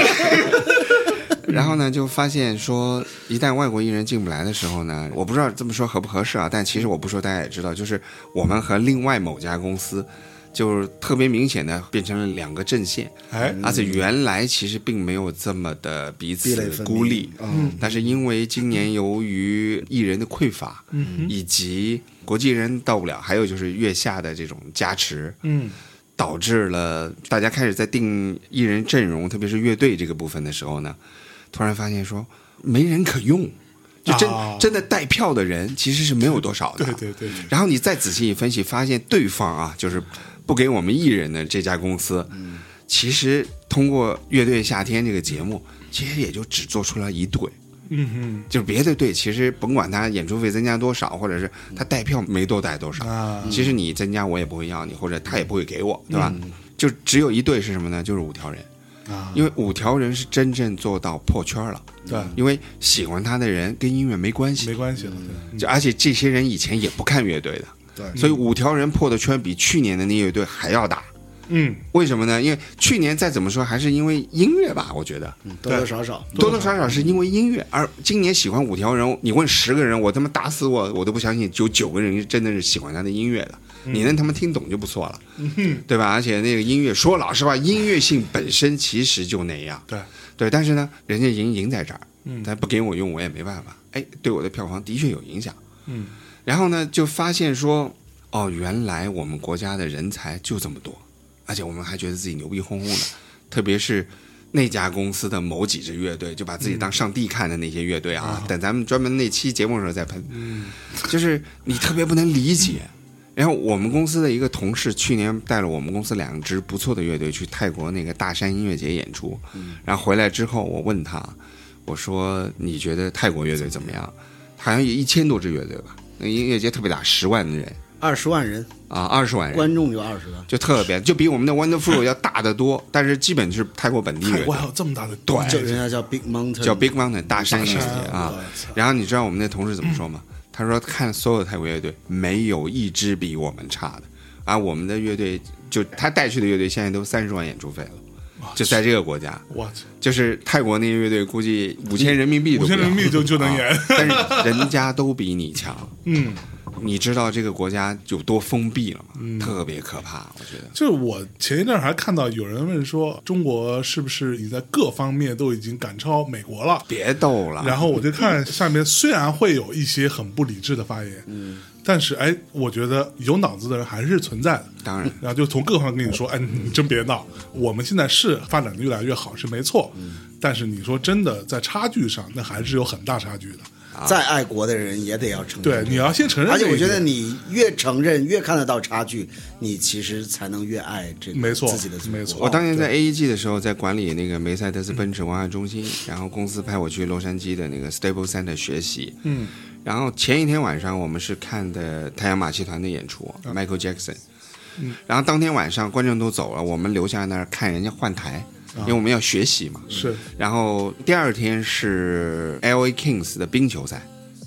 然后呢，就发现说，一旦外国艺人进不来的时候呢，我不知道这么说合不合适啊，但其实我不说大家也知道，就是我们和另外某家公司就是特别明显的变成了2个阵线，而且原来其实并没有这么的彼此孤立，但是因为今年由于艺人的匮乏，以及国际人到不了，还有就是月下的这种加持，导致了大家开始在定艺人阵容，特别是乐队这个部分的时候呢，突然发现说没人可用。就真的带票的人其实是没有多少的， 对。 然后你再仔细一分析，发现对方啊，就是不给我们艺人的这家公司，其实通过《乐队夏天》这个节目，其实也就只做出了1队，就是别的队其实甭管他演出费增加多少，或者是他带票没多带多少，其实你增加我也不会要你，或者他也不会给我，对吧？就只有1队是什么呢？就是5条人。因为5条人是真正做到破圈了， 对， 因为喜欢他的人跟音乐没关系了， 就而且这些人以前也不看乐队的， 对， 所以5条人破的圈比去年的那乐队还要大，为什么呢？因为去年再怎么说还是因为音乐吧，我觉得， 多多少少是因为音乐，而今年喜欢5条人，你问10个人，我他妈打死我都不相信有9个人真的是喜欢他的音乐的。你能他妈听懂就不错了，对吧？而且那个音乐，说老实话，音乐性本身其实就那样，对。但是呢，人家赢在这儿，他不给我用，我也没办法。哎，对我的票房的确有影响，然后呢，就发现说，哦，原来我们国家的人才就这么多，而且我们还觉得自己牛逼哄哄的，特别是那家公司的某几支乐队，就把自己当上帝看的那些乐队啊，等咱们专门那期节目的时候再喷，就是你特别不能理解。然后我们公司的一个同事去年带了我们公司2支不错的乐队去泰国那个大山音乐节演出，然后回来之后我问他，我说你觉得泰国乐队怎么样？好像有1000多支乐队吧，那个音乐节特别大，10万人 ，20万人啊，20万人， 观众就20万， 就特别，就比我们的 Wonderful 要大得多，但是基本是泰国本地乐队。 泰国还有这么大的， 对， 就人家叫 Big Mountain， 叫 Big Mountain 大山音乐节啊。然后你知道我们那同事怎么说吗？他说看所有泰国乐队没有1支比我们差的，而我们的乐队就他带去的乐队现在都30万演出费了，就在这个国家，就是泰国那些乐队估计5000人民币都不要，5000 人民币就能演， 但是人家都比你强，你知道这个国家有多封闭了吗？特别可怕，我觉得。 就是我前一阵还看到有人问说，中国是不是你在各方面都已经赶超美国了？ 别逗了。 然后我就看下面，虽然会有一些很不理智的发言，但是我觉得有脑子的人还是存在的。 当然， 然后就从各方面跟你说，你真别闹，我们现在是发展的越来越好，是没错。但是你说真的，在差距上，那还是有很大差距的。 再爱国的人也得要承认， 对，你要先承认。 而且我觉得你越承认，越看得到差距，你其实才能越爱这个自己的祖国。 没错。 我当年在 AEG 的时候，在管理那个梅赛德斯奔驰文化中心，然后公司派我去洛杉矶的那个 Staples Center 学习。然后前一天晚上我们是看的太阳马戏团的演出，Michael Jackson。然后当天晚上观众都走了，我们留下那儿看人家换台。因为我们要学习嘛， 是。 然后第2天是 LA Kings 的冰球赛，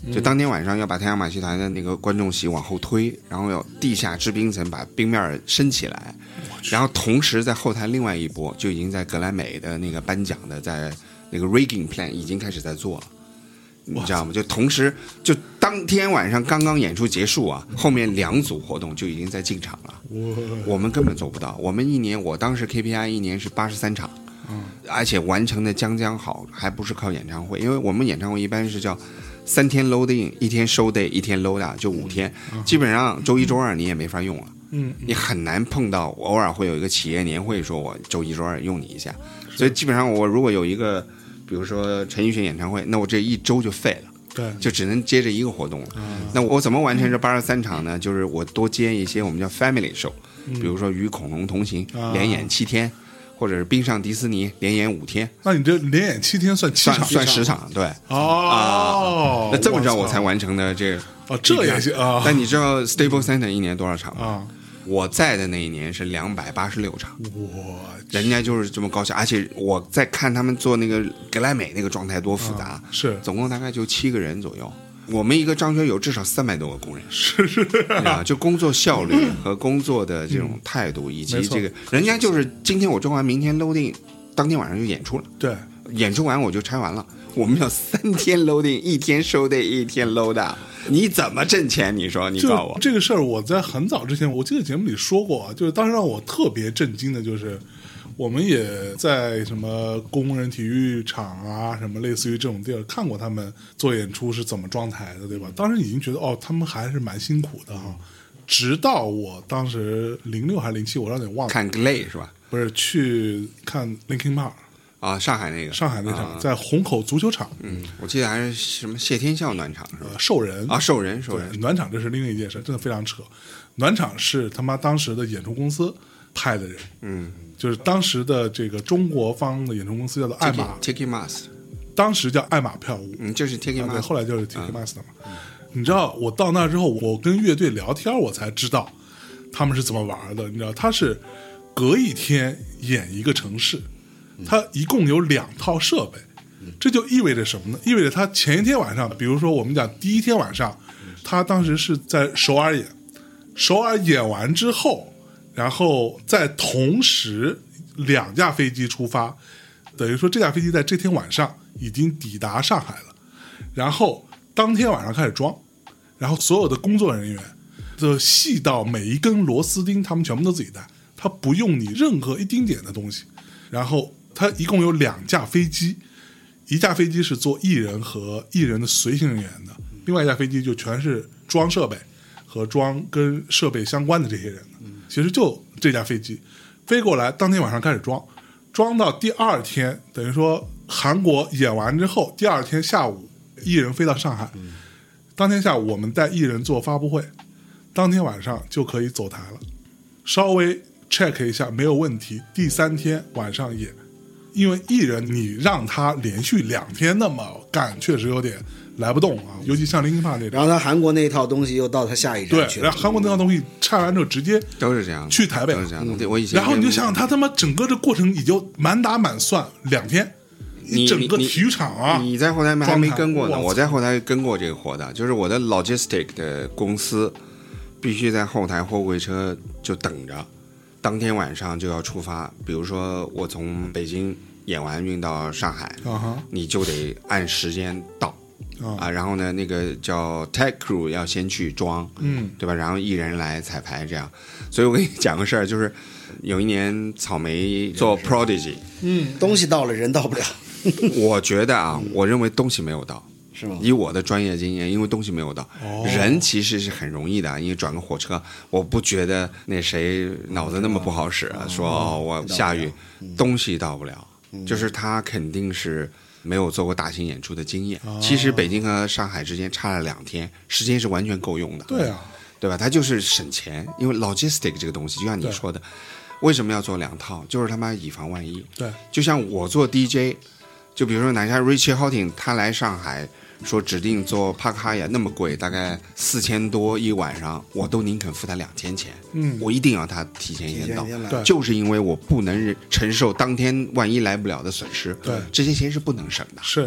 就当天晚上要把太阳马戏团的那个观众席往后推，然后要地下制冰层把冰面升起来，然后同时在后台另外一波就已经在格莱美的那个颁奖的在那个 rigging plan 已经开始在做了。你知道吗？就同时，就当天晚上刚刚演出结束啊，后面2组活动就已经在进场了。我们根本做不到。我们我当时 KPI 一年是83场，而且完成的将将好，还不是靠演唱会，因为我们演唱会一般是叫3天 load in， 1天 show day， 1天 load out， 就5天，基本上周1周2你也没法用了。你很难碰到，偶尔会有一个企业年会说我周1周2用你一下，所以基本上我如果有一个。比如说陈奕迅演唱会，那我这1周就废了， 对， 就只能接着一个活动了。那我怎么完成这83场呢？就是我多接一些我们叫 family show，比如说与恐龙同行连演7天，或者是冰上迪士尼连演5天。 那你这连演7天算7场？ 算10场，对。 那这么着我才完成的这个。 这也行啊。 但你知道 Staples Center 一年多少场吗？我在的那一年是286场，人家就是这么高效，而且我在看他们做那个格莱美那个状态多复杂， 是总共大概就7个人左右，我们一个张学友至少300多个工人， 是就工作效率和工作的这种态度，以及这个人家就是今天我装完，明天 loading， 当天晚上就演出了， 对， 演出完我就拆完了。我们要3天 loading， 1天 show day， 1天 load out， 你怎么挣钱？你说，你告诉我这个事儿，我在很早之前，我记得节目里说过，就是当时让我特别震惊的，就是我们也在什么工人体育场啊，什么类似于这种地儿看过他们做演出是怎么装台的，对吧？当时已经觉得他们还是蛮辛苦的哈。直到我当时06还是07，我有点忘了， 看 Glay 是吧？ 不是去看 Linkin Park。 上海那场，在虹口足球场。 我记得还是什么谢天笑暖场是吧？ 兽人兽人暖场，这是另一件事，真的非常扯。暖场是他妈当时的演出公司派的人，就是当时的这个中国方的演出公司叫做爱玛 Ticketmaster， 当时叫爱玛票务， 就是 Ticketmaster， 后来就是 Ticketmaster 嘛。你知道我到那之后，我跟乐队聊天，我才知道他们是怎么玩的。你知道他是隔一天演一个城市。它一共有2套设备，这就意味着什么呢？意味着他前一天晚上，比如说我们讲第一天晚上，他当时是在首尔演，首尔演完之后，然后在同时2架飞机出发，等于说这架飞机在这天晚上已经抵达上海了，然后当天晚上开始装，然后所有的工作人员的细到每一根螺丝钉，他们全部都自己带，他不用你任何一丁点的东西，然后。它一共有2架飞机，一架飞机是做艺人和艺人的随行人员的，另外一架飞机就全是装设备和装跟设备相关的这些人的。其实就这架飞机飞过来，当天晚上开始装到第2天，等于说韩国演完之后，第2天下午艺人飞到上海，当天下午我们带艺人做发布会，当天晚上就可以走台了，稍微 check 一下没有问题，第3天晚上演。因为艺人你让他连续2天那么干，确实有点来不动啊，尤其像Linkin Park那种。 然后他韩国那一套东西又到他下一站去了。 对，然后韩国那套东西拆完之后直接都是这样去台北， 都是这样的。我以前然后你就想想他妈整个这过程也就满打满算2天，你整个体育场啊， 你在后台还没跟过呢，我在后台跟过这个活的，就是我的 logistic 的公司必须在后台货柜车就等着。当天晚上就要出发，比如说我从北京演完运到上海，你就得按时间到，然后呢，那个叫 tech crew 要先去装，对吧？然后艺人来彩排，这样。所以我跟你讲个事儿，就是有一年草莓做 Prodigy， 东西到了，人到不了。 我觉得啊，我认为东西没有到。 是吗？ 以我的专业经验，因为东西没有到，人其实是很容易的，因为转个火车，我不觉得那谁脑子那么不好使啊，说我下雨，东西到不了，就是他肯定是没有做过大型演出的经验。其实北京和上海之间差了2天，时间是完全够用的。 对啊， 对吧？他就是省钱，因为 logistic 这个东西，就像你说的，为什么要做2套？就是他妈以防万一。 对， 就像我做 DJ， 就比如说哪家 Richie Hawtin 他来上海。说指定做帕卡亚那么贵，大概4000多一晚上，我都宁肯付他2000钱。我一定要他提前一天到，就是因为我不能承受当天万一来不了的损失。 对， 这些钱是不能省的。 是，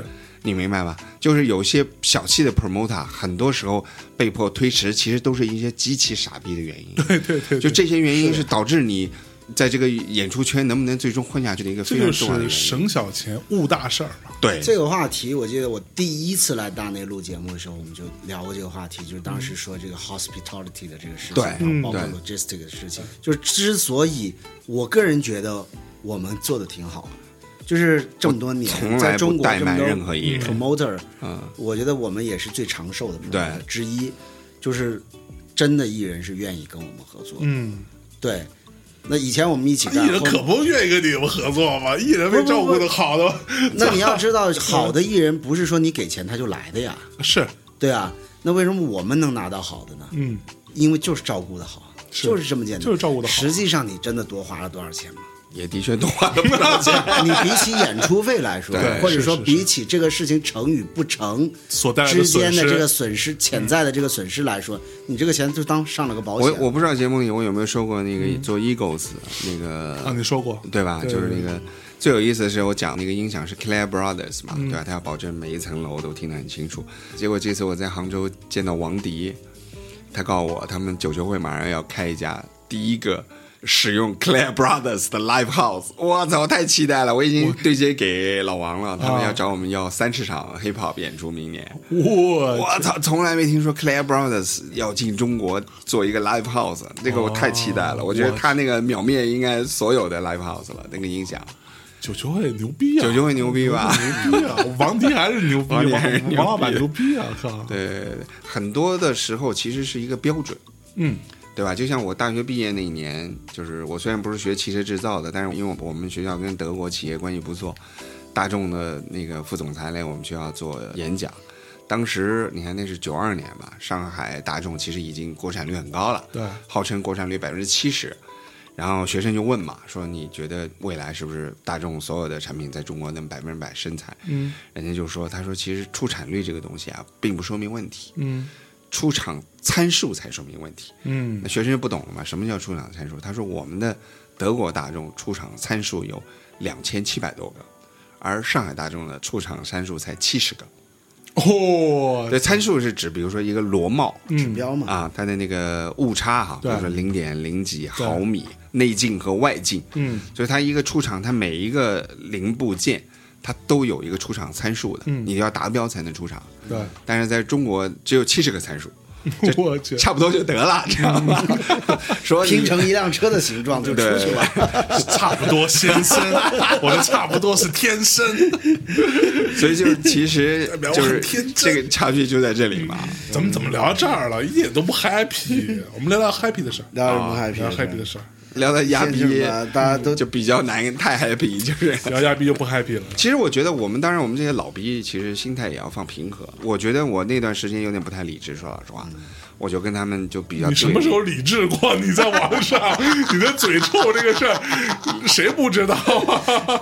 你明白吧？就是有些小气的 promoter 很多时候被迫推迟，其实都是一些极其傻逼的原因。 对， 就这些原因是导致你在这个演出圈能不能最终混下去的一个非常重要的原因。 这就是省小钱误大事儿嘛。 对， 这个话题，我记得我第一次来大内录节目的时候，我们就聊过这个话题，就是当时说这个 hospitality 的这个事情， 对， 包括 logistic 的事情。就是之所以我个人觉得我们做的挺好的。就是这么多年，在中国这么多 promoter， 我觉得我们也是最长寿的 promoter 之一。就是真的艺人是愿意跟我们合作。对。那以前我们一起干， 艺人可不愿意跟你们合作吗？艺人被照顾的好的。 那你要知道，好的艺人不是说你给钱他就来的呀。 是。 对啊。那为什么我们能拿到好的呢？因为就是照顾的好，就是这么简单， 就是照顾的好。 实际上你真的多花了多少钱吗？ 也的确多花了不少钱。 你比起演出费来说，或者说比起这个事情成与不成所带来的之间的这个损失，潜在的这个损失来说，你这个钱就当上了个保险。 我不知道节目里我有没有说过那个做 Eagles 那个啊，你说过对吧？就是那个最有意思的是，我讲那个音响是 Clare Brothers 嘛，对吧？他要保证每一层楼都听得很清楚。结果这次我在杭州见到王迪，他告诉我他们九球会马上要开一家第一个使用 Clare Brothers 的 Live House， 我操，太期待了！我已经对接给老王了，他们要找我们要30场 Hip Hop 演出，明年。我操，从来没听说 Clare Brothers 要进中国做一个 Live House， 这个我太期待了。我觉得他那个秒灭应该所有的 Live House 了，那个音响。 九球会牛逼啊！ 九球会牛逼吧？ 牛逼啊！王迪还是牛逼，王老板牛逼啊！靠！ 对，很多的时候其实是一个标准。对吧？就像我大学毕业那一年，就是我虽然不是学汽车制造的，但是因为我们学校跟德国企业关系不错，大众的那个副总裁来我们学校做演讲。当时你看那是92年吧，上海大众其实已经国产率很高了， 对， 号称国产率70%。然后学生就问嘛，说你觉得未来是不是大众所有的产品在中国能100%生产？人家就说，他说其实出产率这个东西啊，并不说明问题。出厂参数才说明问题。那学生就不懂了嘛，什么叫出厂参数？他说我们的德国大众出厂参数有2700多个，而上海大众的出厂参数才70个。对，参数是指比如说一个螺帽指标嘛， 啊，它的那个误差哈，比如说0.0几毫米内径和外径，所以它一个出厂，它每一个零部件它都有一个出厂参数的，你要达标才能出厂。 对， 但是在中国只有70个参数， 我去， 差不多就得了，知道吗？说拼成一辆车的形状就出去了， 差不多先生，我的差不多是天生， 所以就是其实就是这个差距就在这里嘛。 怎么聊到这儿了？一点都不 happy。我们聊聊 happy 的事儿， 聊什么 happy？ 聊 happy 的事儿。 聊到亚逼， 大家都就比较难，太 happy， 就是聊亚逼就不 happy 了。 其实我觉得当然我们这些老逼，其实心态也要放平和。我觉得我那段时间有点不太理智，说老实话，我就跟他们就比较。 你什么时候理智过？你在网上，你的嘴臭这个事儿，谁不知道啊？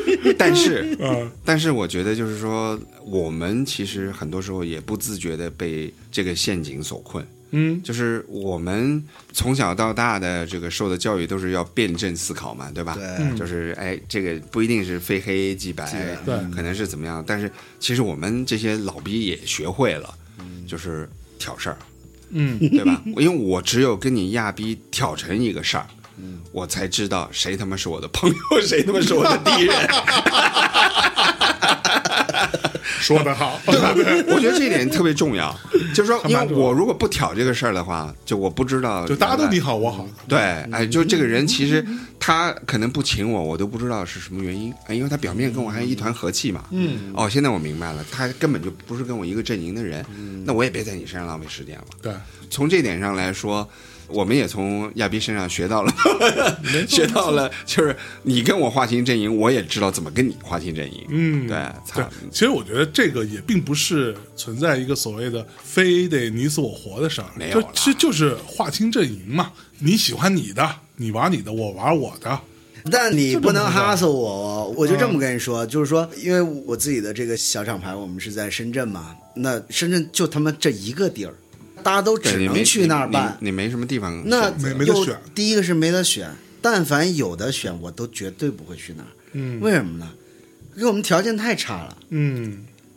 但是我觉得就是说，我们其实很多时候也不自觉的被这个陷阱所困。就是我们从小到大的这个受的教育都是要辩证思考嘛，对吧？ 对， 就是这个不一定是非黑即白， 对， 可能是怎么样。但是其实我们这些老逼也学会了，就是挑事儿，对吧？因为我只有跟你亚逼挑成一个事儿，我才知道谁他妈是我的朋友，谁他妈是我的敌人。 说得好， 我觉得这一点特别重要，就是说，因为我如果不挑这个事儿的话，就我不知道， 就大家都你好我好， 对，就这个人其实他可能不请我，我都不知道是什么原因，因为他表面跟我还一团和气嘛，现在我明白了，他根本就不是跟我一个阵营的人，那我也别在你身上浪费时间了。 对， 从这点上来说。我们也从亚逼身上学到了，就是你跟我划清阵营，我也知道怎么跟你划清阵营。对。 其实我觉得这个也并不是存在一个所谓的非得你死我活的事儿， 没有， 其实就是划清阵营嘛。你喜欢你的，你玩你的，我玩我的。 但你不能哈死我，我就这么跟你说，就是说，因为我自己的这个小厂牌，我们是在深圳嘛，那深圳就他妈这一个地儿。大家都只能去那儿办， 你没什么地方， 那没得选。 第一个是没得选，但凡有的选，我都绝对不会去那儿。为什么呢？因为我们条件太差了。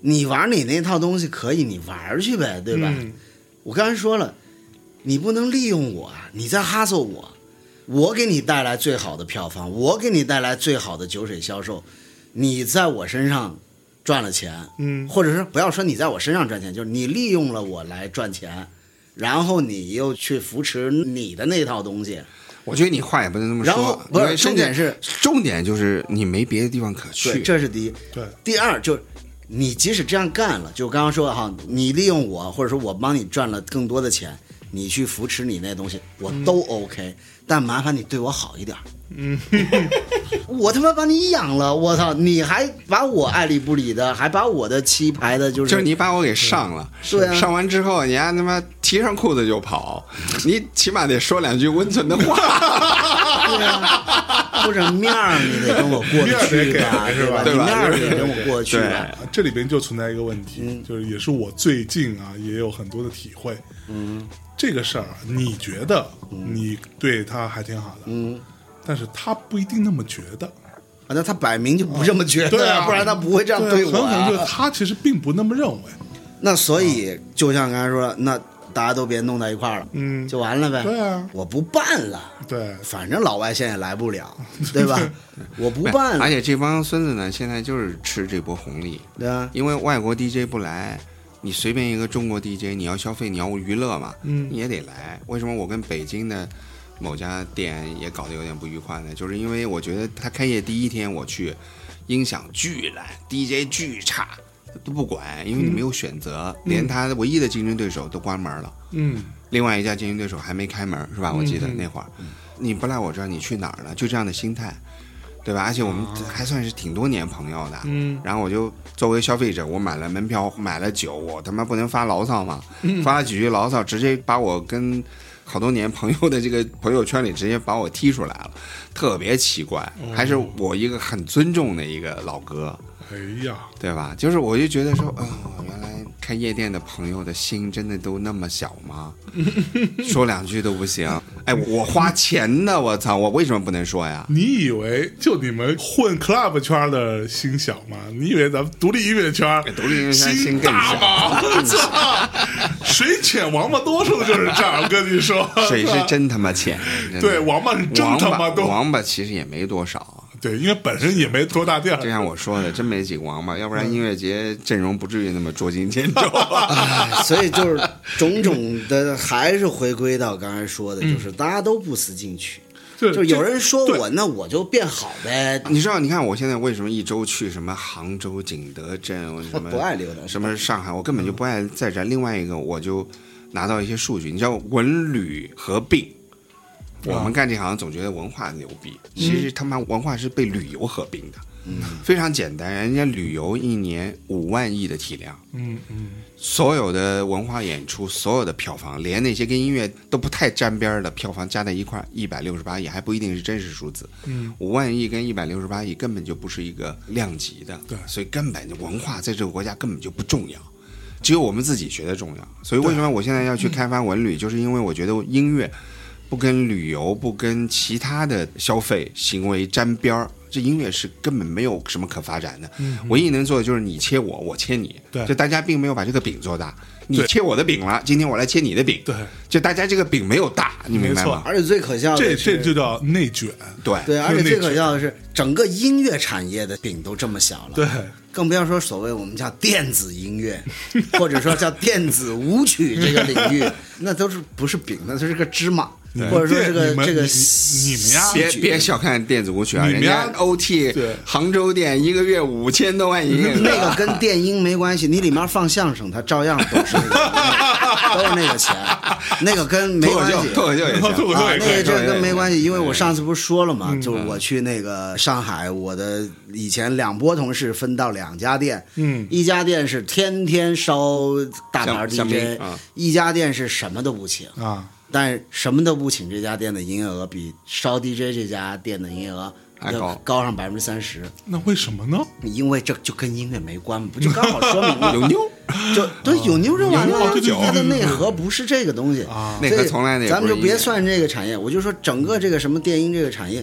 你玩你那套东西可以，你玩去呗，对吧？我刚才说了，你不能利用我啊，你在哈索我给你带来最好的票房，我给你带来最好的酒水销售，你在我身上赚了钱，或者是不要说你在我身上赚钱，就是你利用了我来赚钱，然后你又去扶持你的那套东西。 我觉得你话也不能这么说， 然后不是重点就是你没别的地方可去， 对，这是第一。 对， 第二就是你即使这样干了，就刚刚说哈，你利用我，或者说我帮你赚了更多的钱，你去扶持你那东西，我都 OK，但麻烦你对我好一点。我他妈把你养了，我操，你还把我爱理不理的，还把我的棋排的就是你把我给上了， 对啊， 上完之后你还他妈提上裤子就跑，你起码得说两句温存的话。 对啊，或者面儿你得跟我过得去吧， 是吧？ 你面儿得跟我过去吧。 这里边就存在一个问题，就是也是我最近啊也有很多的体会。这个事儿你觉得你对他还挺好的，但是他不一定那么觉得。 那他摆明就不这么觉得呀，不然他不会这样对我。 很可能就是他其实并不那么认为。 那所以就像刚才说，那大家都别弄到一块儿了，就完了呗。 对啊， 我不办了。 对， 反正老外现在也来不了，对吧？我不办了。 而且这帮孙子呢，现在就是吃这波红利。 对啊， 因为外国 DJ 不来，你随便一个中国 DJ， 你要消费，你要娱乐嘛，你也得来。为什么我跟北京的某家店也搞得有点不愉快呢？就是因为我觉得他开业第一天我去，音响巨烂 ，DJ 巨差，都不管，因为你没有选择，连他唯一的竞争对手都关门了。另外一家竞争对手还没开门，是吧？我记得那会儿，你不来我这儿，你去哪儿了？就这样的心态，对吧？而且我们还算是挺多年朋友的。然后我就作为消费者，我买了门票，买了酒，我他妈不能发牢骚嘛？发了几句牢骚，直接把我跟好多年朋友的这个朋友圈里直接把我踢出来了，特别奇怪。还是我一个很尊重的一个老哥。 哎呀， 对吧？就是我就觉得说，原来开夜店的朋友的心真的都那么小吗？说两句都不行。哎，我花钱的，我操，我为什么不能说呀？ 你以为就你们混 club 圈的心小吗？你以为咱们独立音乐圈心大吗？我操，水浅王八多数的就是这样，我跟你说， 水是真他妈浅。 对，王八是真他妈多。 王八其实也没多少。 对，因为本身也没多大店。 就像我说的，真没几个王八，要不然音乐节阵容不至于那么捉襟见肘。 所以就是种种的，还是回归到刚才说的，就是大家都不思进取。就有人说我，那我就变好呗。 你知道，你看我现在为什么一周去什么杭州、景德镇，什么不爱溜达， 什么上海，我根本就不爱在这。另外一个，我就拿到一些数据，你知道文旅合并。我们干这行总觉得文化牛逼，其实他妈文化是被旅游合并的。非常简单，人家旅游一年5万亿的体量，所有的文化演出，所有的票房，连那些跟音乐都不太沾边的票房加在一块，168亿还不一定是真实数字。5万亿跟168亿根本就不是一个量级的， 对， 所以根本文化在这个国家根本就不重要，只有我们自己觉得重要。所以为什么我现在要去开发文旅，就是因为我觉得音乐不跟旅游不跟其他的消费行为沾边儿，这音乐是根本没有什么可发展的。唯一能做的就是你切我，我切你，就大家并没有把这个饼做大。你切我的饼了，今天我来切你的饼， 对， 就大家这个饼没有大，你明白吗？ 而且最可笑的这就叫内卷。 对，而且最可笑的是，整个音乐产业的饼都这么小了， 对， 更不要说所谓我们叫电子音乐，或者说叫电子舞曲这个领域，那都是不是饼，那就是个芝麻。或者说这个你们呀， 别小看电子舞曲啊，人家 OT 杭州店一个月5000多万营业额， 那个跟电音没关系，你里面放相声，它照样都是那个钱，那个跟没关系， 脱口秀也行， 那个这跟没关系，因为我上次不是说了嘛，就是我去那个上海，我的以前2波同事分到2家店，一家店是天天烧大牌 DJ，一家店是什么都不请啊。但是什么都不请，这家店的营业额比烧 DJ 这家店的营业额还高上30%。 那为什么呢？ 因为这就跟音乐没关，不就刚好说明了有妞， 就对有妞就完了，它的内核不是这个东西， 内核从来咱们就别算这个产业，我就说整个这个什么电音这个产业，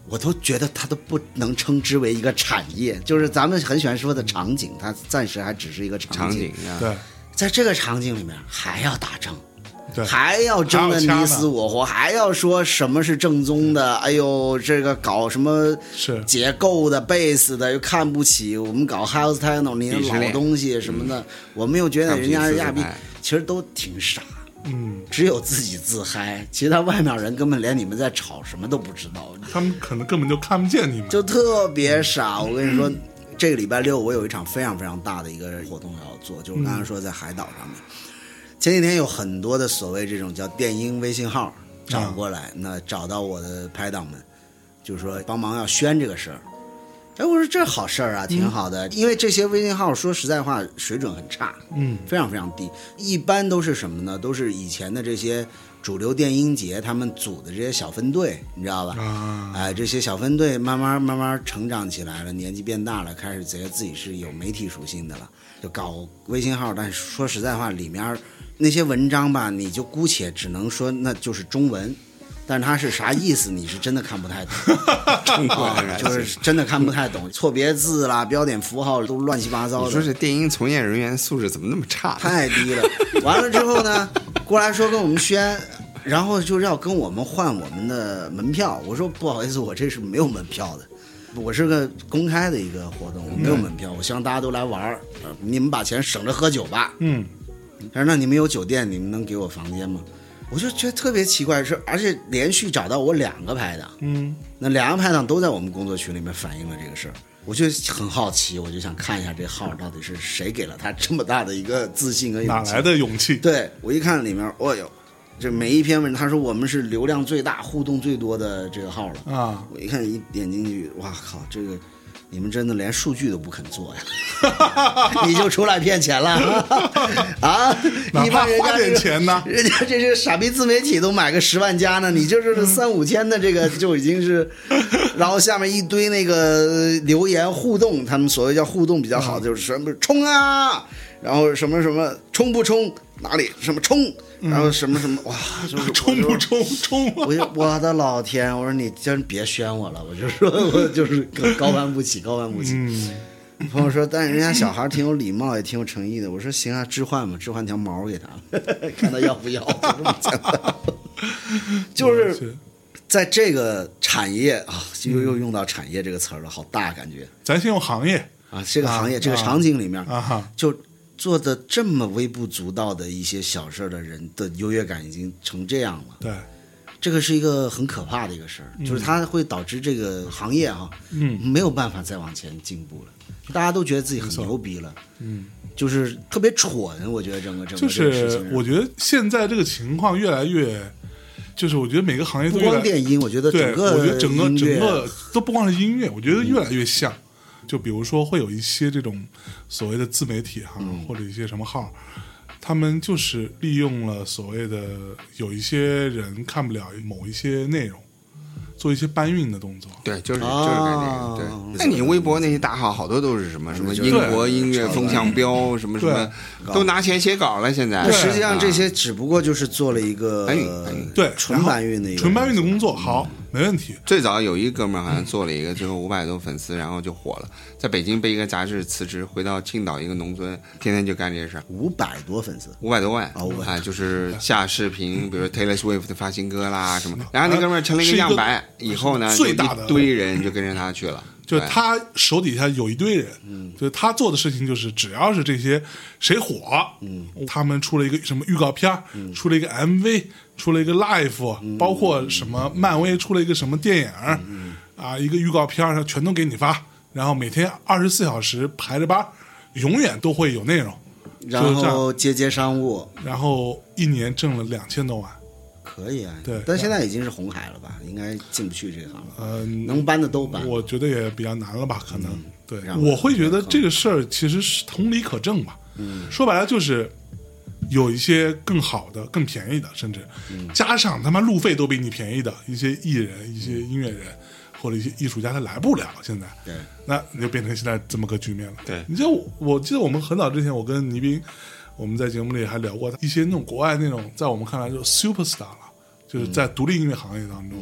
我都觉得它都不能称之为一个产业，就是咱们很喜欢说的场景，它暂时还只是一个场景。 对， 在这个场景里面还要打仗。 对， 还要争得你死我活，还要说什么是正宗的，哎呦，这个搞什么结构的、贝斯的又看不起，我们搞 house techno 你老东西什么的，我们又觉得人家是亚逼，其实都挺傻，只有自己自嗨，其他外面人根本连你们在吵什么都不知道， 他们可能根本就看不见你们， 就特别傻。我跟你说，这个礼拜六我有一场非常非常大的一个活动要做，就是刚刚说在海岛上面。前几天有很多的所谓这种叫电音微信号找过来，那找到我的拍档们，就是说帮忙要宣这个事儿。哎，我说这好事儿啊，挺好的，因为这些微信号说实在话水准很差，非常非常低，一般都是什么呢？都是以前的这些主流电音节他们组的这些小分队，你知道吧？哎，这些小分队慢慢成长起来了，年纪变大了，开始觉得自己是有媒体属性的了，就搞微信号。但是说实在话，里面那些文章吧，你就姑且只能说那就是中文，但是它是啥意思，你是真的看不太懂。就是真的看不太懂，错别字啦、标点符号都乱七八糟的。 你说这电音从业人员素质怎么那么差？ 太低了。完了之后呢，过来说跟我们宣，然后就要跟我们换我们的门票。我说不好意思，我这是没有门票的。我是个公开的一个活动，我没有门票，我希望大家都来玩，你们把钱省着喝酒吧。但是那你们有酒店，你们能给我房间吗？我就觉得特别奇怪，而且连续找到我2个拍档，那2个拍档都在我们工作群里面反映了这个事儿，我就很好奇，我就想看一下这号到底是谁给了他这么大的一个自信和勇气， 哪来的勇气？ 对，我一看里面，哦哟，这每一篇文章他说我们是流量最大、互动最多的这个号了啊！我一看一点进去，哇靠，这个你们真的连数据都不肯做呀！你就出来骗钱了啊！ 哪怕花点钱呢？ 人家这是傻逼自媒体都买个10万加呢，你就是3、5千的这个就已经是，然后下面一堆那个留言互动，他们所谓叫互动比较好，就是什么冲啊，然后什么什么冲不冲哪里什么冲。然后什么什么哇，就是冲不冲？ 我的老天！我说你真别宣我了，我就说我就是高攀不起。朋友说，但是人家小孩挺有礼貌，也挺有诚意的。我说行啊，置换嘛，置换条毛给他，看他要不要，就这么简单。就是在这个产业啊，又用到产业这个词了，好大感觉。 咱先用行业啊，这个行业这个场景里面就。做的这么微不足道的一些小事的人的优越感已经成这样了， 对， 这个是一个很可怕的一个事儿，就是它会导致这个行业没有办法再往前进步了，大家都觉得自己很牛逼了，就是特别蠢，我觉得整个就是我觉得现在这个情况越来越，就是我觉得每个行业都不光电音，我觉得整个都不光是音乐，我觉得越来越像。就比如说会有一些这种所谓的自媒体或者一些什么号，他们就是利用了所谓的有一些人看不了某一些内容，做一些搬运的动作。 对，就是干这个。对，那你微博那些大号好多都是什么英国音乐风向标什么什么，都拿钱写稿了。现在实际上这些只不过就是做了一个搬运， 对，纯搬运的工作。好。没问题。 最早有一哥们儿好像做了一个，最后500多粉丝，然后就火了。在北京被一个杂志辞职，回到青岛一个农村，天天就干这事儿。 500多粉丝 ，500多万啊，就是下视频，比如 Taylor Swift 发新歌啦什么。然后那哥们儿成了一个样板，以后呢， 最大的一堆人就跟着他去了。 就是他手底下有一堆人，就是他做的事情就是只要是这些谁火，他们出了一个什么预告片，出了一个 MV， 出了一个 live，包括什么漫威出了一个什么电影，啊，一个预告片上全都给你发，然后每天24小时排着班，永远都会有内容， 然后接商务， 然后1年挣了2000多万。 可以啊， 对， 但现在已经是红海了吧？应该进不去这行。能搬的都搬。 我觉得也比较难了吧？可能，对，我会觉得这个事儿其实是同理可证吧。说白了就是有一些更好的、更便宜的，甚至加上他妈路费都比你便宜的一些艺人、一些音乐人或者一些艺术家，他来不了。现在， 对， 那你就变成现在这么个局面了。 对， 你就我记得我们很早之前，我跟倪斌。我们在节目里还聊过一些那种国外那种在我们看来就 superstar 了，就是在独立音乐行业当中，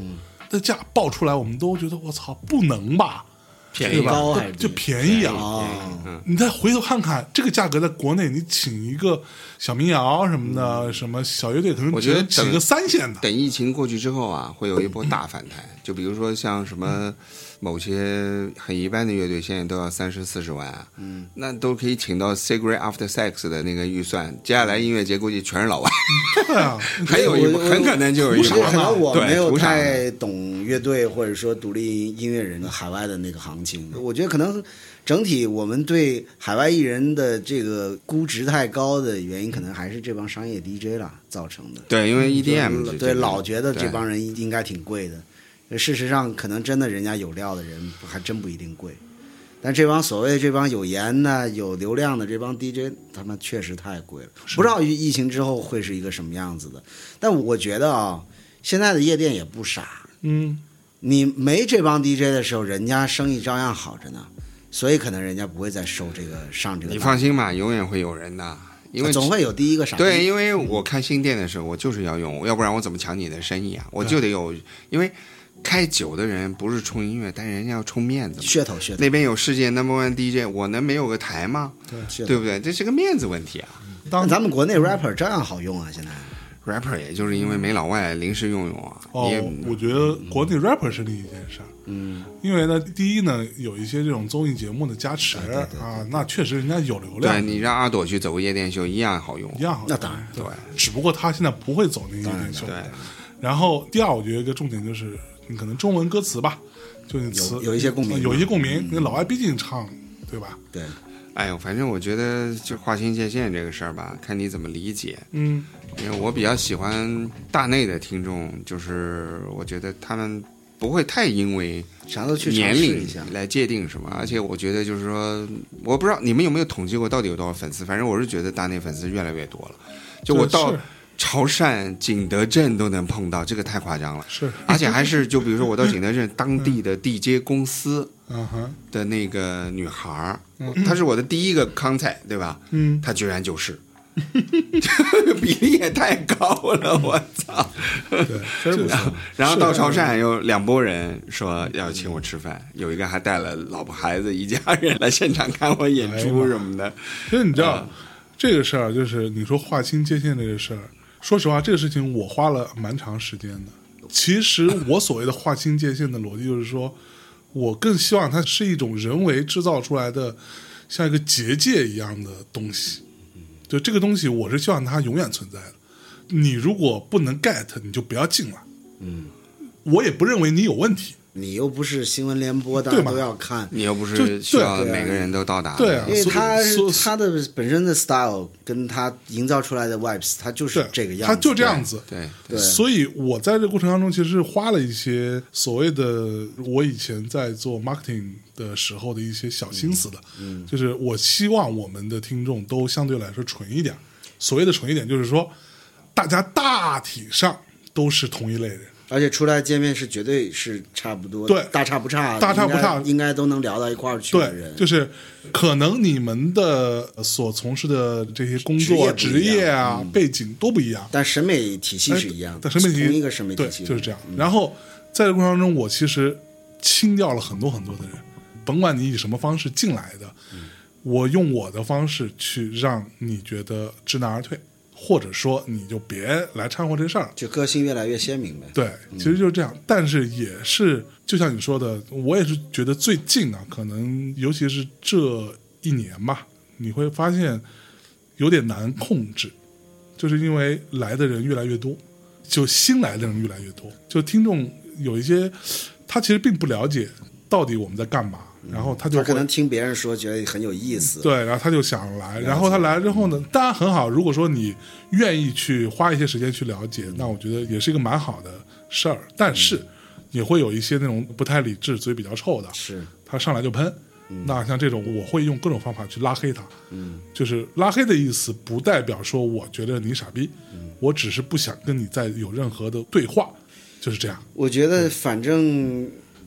的价报出来，我们都觉得我操，不能吧？ 便宜高还是就便宜啊！你再回头看看这个价格，在国内你请一个小民谣什么的，什么小乐队，可能我觉得请个3线的。 等疫情过去之后啊，会有一波大反弹。就比如说像什么某些很一般的乐队，现在都要30-40万啊，那都可以请到 Cigarette After Sex 的那个预算，接下来音乐节估计全是老外。 对啊， 还有很可能就有一可能我没有对太懂乐队或者说独立音乐人的海外的那个行情，我觉得可能整体我们对海外艺人的这个估值太高的原因，可能还是这帮商业 DJ 啦造成的。 对，因为 EDM 对老觉得这帮人应该挺贵的，事实上可能真的人家有料的人还真不一定贵。但这帮所谓这帮有颜的、有流量的这帮 DJ， 他们确实太贵了。不知道疫情之后会是一个什么样子的。但我觉得啊，现在的夜店也不傻。你没这帮 DJ 的时候，人家生意照样好着呢，所以可能人家不会再收这个上这个。 你放心吧，永远会有人的，因为总会有第一个傻逼。 对，因为我开新店的时候，我就是要用，要不然我怎么抢你的生意啊？我就得有，因为开酒的人不是冲音乐，但人家要冲面子， 噱头。 那边有世界 No.1 DJ， 我能没有个台吗？对不对？这是个面子问题啊。 但咱们国内 rapper 照样好用啊，现在。 rapper 也就是因为没老外临时用啊。 我觉得国内 rapper 是另一件事。因为呢，第一呢，有一些这种综艺节目的加持啊，那确实人家有流量。 对，你让阿朵去走个夜店秀一样好用， 一样好用。 那当然， 对。只不过他现在不会走那个夜店秀。 对。 然后第二，我觉得一个重点就是你可能中文歌词吧，就你词有一些共鸣， 有一些共鸣。那老外毕竟唱，对吧？ 对。 哎呦，反正我觉得就划清界限这个事儿吧，看你怎么理解。因为我比较喜欢大内的听众，就是我觉得他们不会太因为啥都去年龄来界定什么，而且我觉得就是说，我不知道你们有没有统计过到底有多少粉丝，反正我是觉得大内粉丝越来越多了。就我到潮汕、景德镇都能碰到，这个太夸张了。 是， 而且还是就比如说我到景德镇当地的地接公司的那个女孩，她是我的第一个contact，对吧？她居然就是。比例也太高了，我操！ 对， 然后到潮汕有2拨人说要请我吃饭，有一个还带了老婆孩子一家人来现场看我演出什么的。 所以你知道这个事儿，就是你说划清界限这个事儿，说实话，这个事情我花了蛮长时间的。其实我所谓的划清界限的逻辑，就是说我更希望它是一种人为制造出来的，像一个结界一样的东西。就这个东西，我是希望它永远存在的。你如果不能 get， 你就不要进来。我也不认为你有问题。 你又不是新闻联播，大家都要看。 你又不是需要每个人都到达。 对啊， 因为他的本身的 style 跟他营造出来的 vibes， 他就是这个样子， 他就这样子。 对， 所以我在这个过程当中，其实是花了一些所谓的我以前在做 marketing 的时候的一些小心思的。就是我希望我们的听众都相对来说纯一点。所谓的纯一点，就是说大家大体上都是同一类人。 而且出来见面是绝对是差不多， 对， 大差不差，应该都能聊到一块儿去的人。 对，就是可能你们的所从事的这些工作、职业啊、背景都不一样， 但审美体系是一样的， 但审美体系同一个审美体系， 对，就是这样。然后在这个过程当中，我其实清掉了很多很多的人，甭管你以什么方式进来的，我用我的方式去让你觉得知难而退。或者说你就别来掺和这事儿， 就个性越来越鲜明呗。 对，其实就是这样。但是也是就像你说的，我也是觉得最近啊，可能尤其是这1年吧，你会发现有点难控制，就是因为来的人越来越多，就新来的人越来越多，就听众有一些他其实并不了解到底我们在干嘛。然后他可能听别人说觉得很有意思， 对，然后他就想来，然后他来了之后呢，当然很好。如果说你愿意去花一些时间去了解，那我觉得也是一个蛮好的事儿。但是也会有一些那种不太理智、嘴比较臭的， 是他上来就喷。那像这种，我会用各种方法去拉黑他。就是拉黑的意思，不代表说我觉得你傻逼，我只是不想跟你再有任何的对话，就是这样。 我觉得反正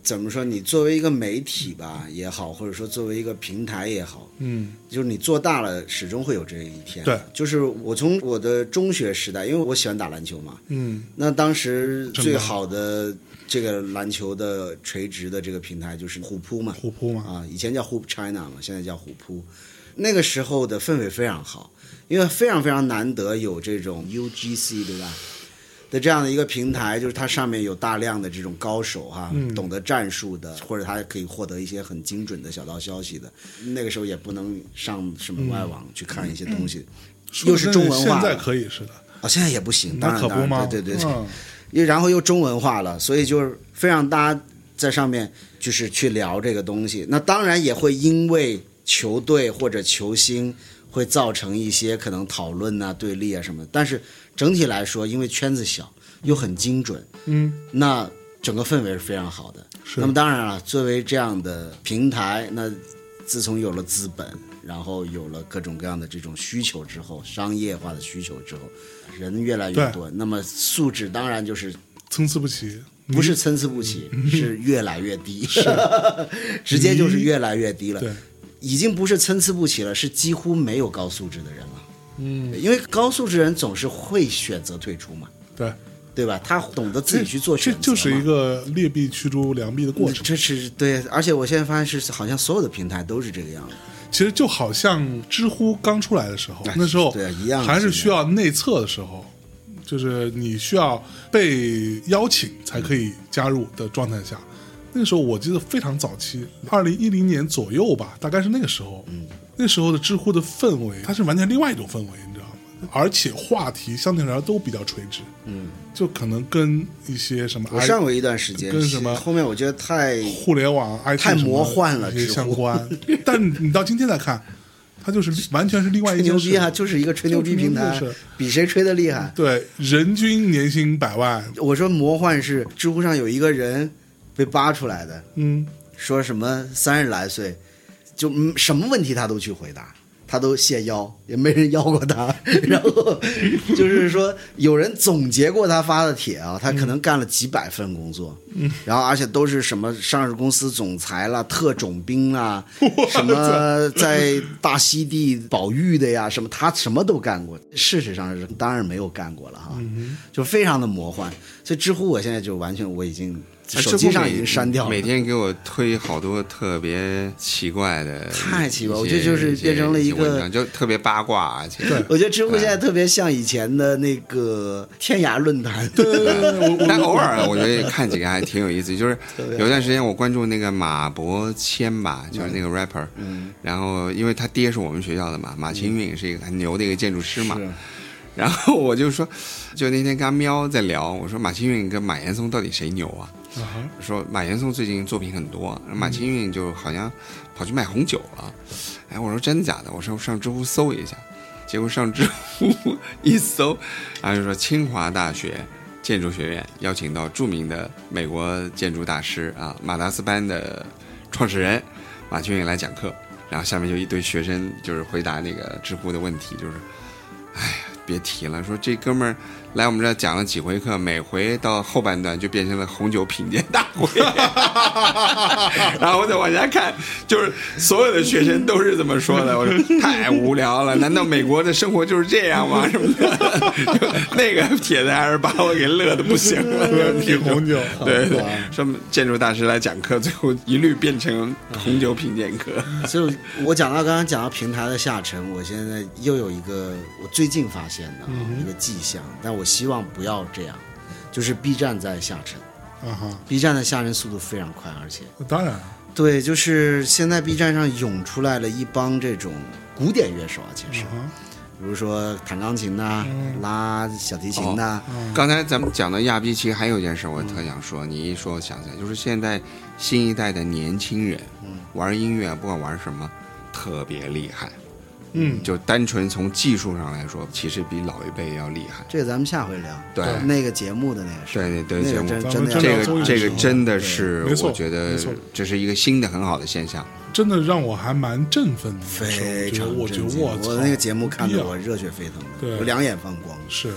怎么说？你作为一个媒体吧也好，或者说作为一个平台也好，就是你做大了，始终会有这一天。 对， 就是我从我的中学时代，因为我喜欢打篮球嘛，那当时最好的这个篮球的垂直的这个平台就是虎扑嘛，以前叫 Hoop China 嘛，现在叫虎扑。那个时候的氛围非常好，因为非常非常难得有这种 UGC 对吧？的这样的一个平台，就是它上面有大量的这种高手哈，懂得战术的，或者他可以获得一些很精准的小道消息的。那个时候也不能上什么外网去看一些东西，又是中文化。 现在可以是的， 现在也不行，当然可不吗？ 对，然后又中文化了，所以就是非让大家在上面就是去聊这个东西。那当然也会因为球队或者球星会造成一些可能讨论啊、对立啊什么，但是整体来说，因为圈子小又很精准，那整个氛围是非常好的。那么当然了，作为这样的平台，那自从有了资本，然后有了各种各样的这种需求之后，商业化的需求之后，人越来越多，那么素质当然就是参差不齐。 不是参差不齐，是越来越低，直接就是越来越低了。 对， 已经不是参差不齐了，是几乎没有高素质的人了。因为高素质人总是会选择退出嘛，对吧？他懂得自己去做选择嘛， 这就是一个劣币驱逐良币的过程。 这是对，而且我现在发现是好像所有的平台都是这个样子。 其实就好像知乎刚出来的时候，那时候对一样， 还是需要内测的时候，就是你需要被邀请才可以加入的状态下，那个时候我记得非常早期，2010年左右吧，大概是那个时候，那时候的知乎的氛围，它是完全另外一种氛围，你知道吗？而且话题相对来说都比较垂直，就可能跟一些什么， 我上过一段时间， 跟什么后面我觉得太互联网 IT 太魔幻了， 相关。但你到今天来看，它就是完全是另外一件事。 吹牛逼啊，就是一个吹牛逼平台，比谁吹得厉害。 对，人均年薪100万。 我说魔幻是知乎上有一个人被扒出来的，说什么30来岁，就什么问题他都去回答。他都谢邀，也没人邀过他。然后就是说，有人总结过他发的帖啊，他可能干了几百份工作，然后而且都是什么上市公司总裁啦、特种兵啦，什么在大溪地保育的呀，什么他什么都干过。事实上是当然没有干过了哈，就非常的魔幻。所以知乎我现在就完全我已经。手机上已经删掉了， 每天给我推好多特别奇怪的， 太奇怪，我觉得就是变成了一个就特别八卦。 对，我觉得知乎现在特别像以前的那个天涯论坛， 但偶尔我觉得看几个还挺有意思。就是有段时间我关注那个马伯骞吧，就是那个 rapper，然后因为他爹是我们学校的嘛，马清运是一个很牛的一个建筑师嘛。然后我就说，就那天跟喵在聊，我说马清运跟马岩松到底谁牛啊？说马岩松最近作品很多，马清运就好像跑去卖红酒了。哎，我说真的假的？我说上知乎搜一下，结果上知乎一搜，然后就说清华大学建筑学院邀请到著名的美国建筑大师啊马达斯班的创始人马清运来讲课，然后下面就一堆学生就是回答那个知乎的问题，就是哎呀别提了，说这哥们儿来我们这儿讲了几回课，每回到后半段就变成了红酒品鉴大会然后我再往下看，就是所有的学生都是这么说的，我说太无聊了，难道美国的生活就是这样吗？什么的就那个帖子还是把我给乐的不行了， 品红酒， 对对，说建筑大师来讲课，最后一律变成红酒品鉴课。 所以我刚刚讲到平台的下沉，我现在又有一个我最近发现的一个迹象，但我希望不要这样，就是 B 站在下沉。B 站的下沉速度非常快，而且当然对，就是现在 B 站上涌出来了一帮这种古典乐手啊，其实比如说弹钢琴的、拉小提琴的。 刚才咱们讲到亚逼，其实还有一件事我特想说，你一说想起来，就是现在新一代的年轻人玩音乐，不管玩什么特别厉害。就单纯从技术上来说，其实比老一辈要厉害。 这个咱们下回聊。 对， 那个节目的那个是。对节目真的这个真的是，我觉得这是一个新的很好的现象。 真的让我还蛮振奋的， 非常我觉得我那个节目看得我热血沸腾的，我两眼放光。 是。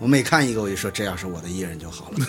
我每看一个我就说这要是我的艺人就好了。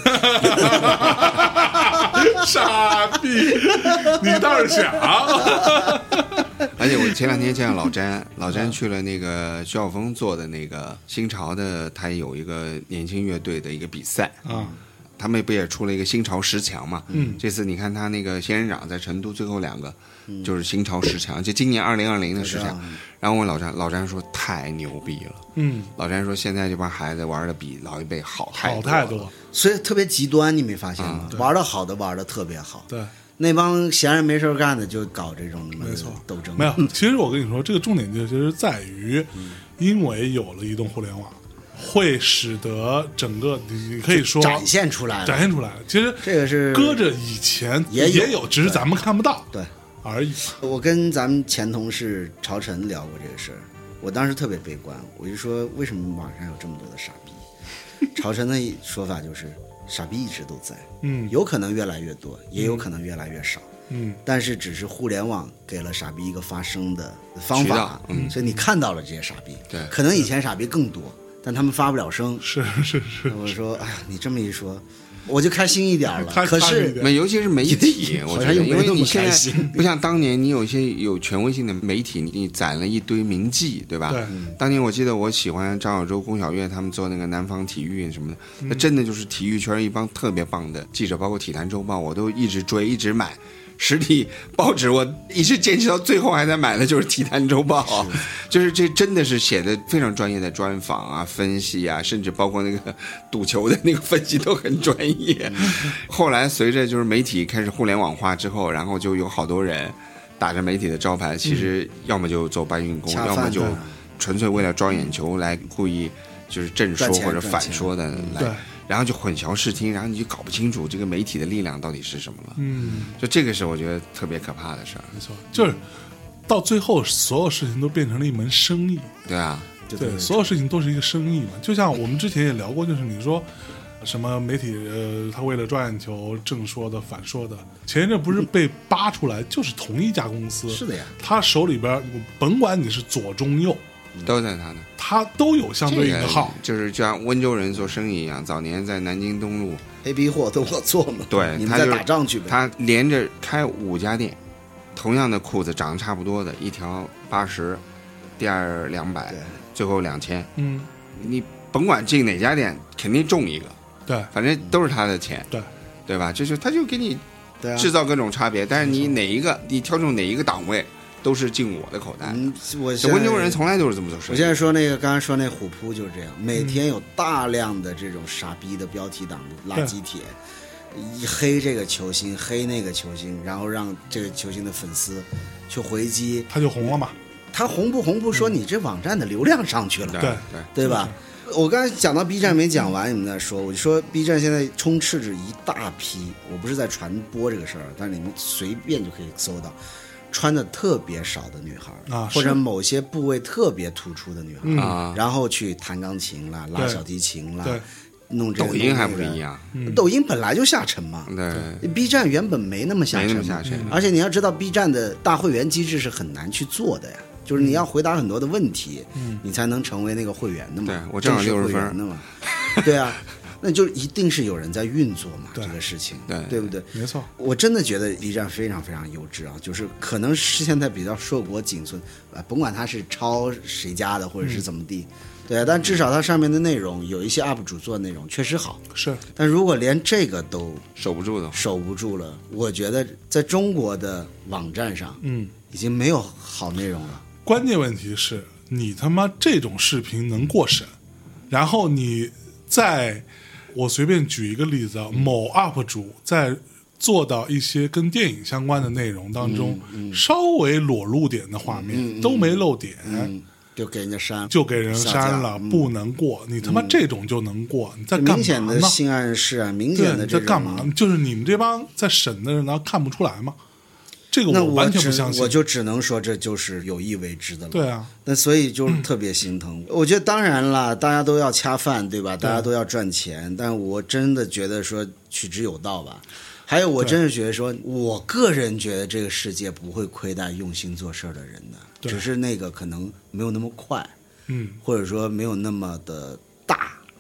傻逼，你倒是想。 而且我前2天见到老詹去了那个徐晓峰做的那个新潮的，他有一个年轻乐队的一个比赛啊。他们不也出了一个新潮10强嘛？这次你看他那个仙人掌在成都最后2个，就是新潮10强，就今年2020的10强。然后问老詹说太牛逼了，老詹说现在这帮孩子玩的比老一辈好太多， 所以特别极端，你没发现吗？玩的好的玩的特别好， 对， 那帮闲人没事干的就搞这种没错斗争。 没有，其实我跟你说，这个重点就是在于，因为有了移动互联网。会使得整个你可以说展现出来了。 其实这个是搁着以前也有，只是咱们看不到对而已。 我跟咱们前同事朝晨聊过这个事儿，我当时特别悲观，我就说为什么网上有这么多的傻逼？朝晨的说法就是傻逼一直都在，有可能越来越多，也有可能越来越少。但是只是互联网给了傻逼一个发声的方法，所以你看到了这些傻逼， 对， 可能以前傻逼更多。但他们发不了声， 是。 我说，哎呀，你这么一说，我就开心一点了。可是， 尤其是媒体，我觉得，因为你现在不像当年，你有一些有权威性的媒体，你攒了一堆名记，对吧？ 对。 当年我记得我喜欢张小舟、龚晓月他们做那个南方体育什么的，那真的就是体育圈一帮特别棒的记者，包括体坛周报，我都一直追，一直买。实体报纸我一直坚持到最后还在买的就是体坛周报，就是这真的是写的非常专业的专访啊、分析啊，甚至包括那个赌球的那个分析都很专业。后来随着就是媒体开始互联网化之后，然后就有好多人打着媒体的招牌，其实要么就做搬运工，要么就纯粹为了抓眼球来故意就是正说或者反说的来。然后就混淆视听，然后你就搞不清楚这个媒体的力量到底是什么了。就这个是我觉得特别可怕的事儿。 没错，就是到最后所有事情都变成了一门生意。 对啊， 对，所有事情都是一个生意嘛。就像我们之前也聊过，就是你说什么媒体他为了抓眼球正说的反说的，前一阵不是被扒出来，就是同一家公司。 是的呀， 他手里边甭管你是左中右。 都在他那， 他都有相对应的号， 就是就像温州人做生意一样，早年在南京东路黑皮货都我做嘛， 对， 你们在打仗去呗。 他连着开5家店，同样的裤子长得差不多的，一条80，第二200，最后2000。你甭管进哪家店，肯定中一个， 对， 反正都是他的钱，对吧？就是他就给你制造各种差别，但是你哪一个，你挑中哪一个档位。都是进我的口袋。温州人从来都是这么做事。 我现在说那个，刚才说那虎扑就是这样，每天有大量的这种傻逼的标题党垃圾帖，一黑这个球星，黑那个球星，然后让这个球星的粉丝去回击， 他就红了嘛。 他红不红不说，你这网站的流量上去了，对吧？我刚才讲到 B 站没讲完，你们在说，我就说 B 站现在充斥着一大批，我不是在传播这个事儿，但是你们随便就可以搜到。穿的特别少的女孩或者某些部位特别突出的女孩然后去弹钢琴啦、拉小提琴啦，弄这个。 抖音还不一样， 抖音本来就下沉嘛。 对 ，B 站原本没那么下沉，而且你要知道 B 站的大会员机制是很难去做的呀，就是你要回答很多的问题，你才能成为那个会员的嘛。 对，我正好60分的嘛。对啊。那就一定是有人在运作嘛，这个事情，对不对？ 没错， 我真的觉得 B 站非常非常优质啊，就是可能是现在比较硕果仅存，甭管它是抄谁家的或者是怎么地，对，但至少它上面的内容有一些 UP 主做的内容确实好， 是。 但如果连这个都守不住了， 我觉得在中国的网站上，已经没有好内容了。 关键问题是你他妈这种视频能过审，然后你在。我随便举一个例子啊，某 UP 主在做到一些跟电影相关的内容当中，稍微裸露点的画面都没露点， 就给人家删， 就给人删了，不能过。你他妈这种就能过？你在干嘛呢？ 明显的性暗示啊，明显的这在干嘛？就是你们这帮在审的人，难道看不出来吗？这个我完全不相信。 我就只能说这就是有意为之的了。 对啊， 那所以就特别心疼。我觉得当然了，大家都要恰饭，对吧？大家都要赚钱，但我真的觉得说取之有道吧。还有，我真是觉得说，我个人觉得这个世界不会亏待用心做事的人的，只是那个可能没有那么快，或者说没有那么的大。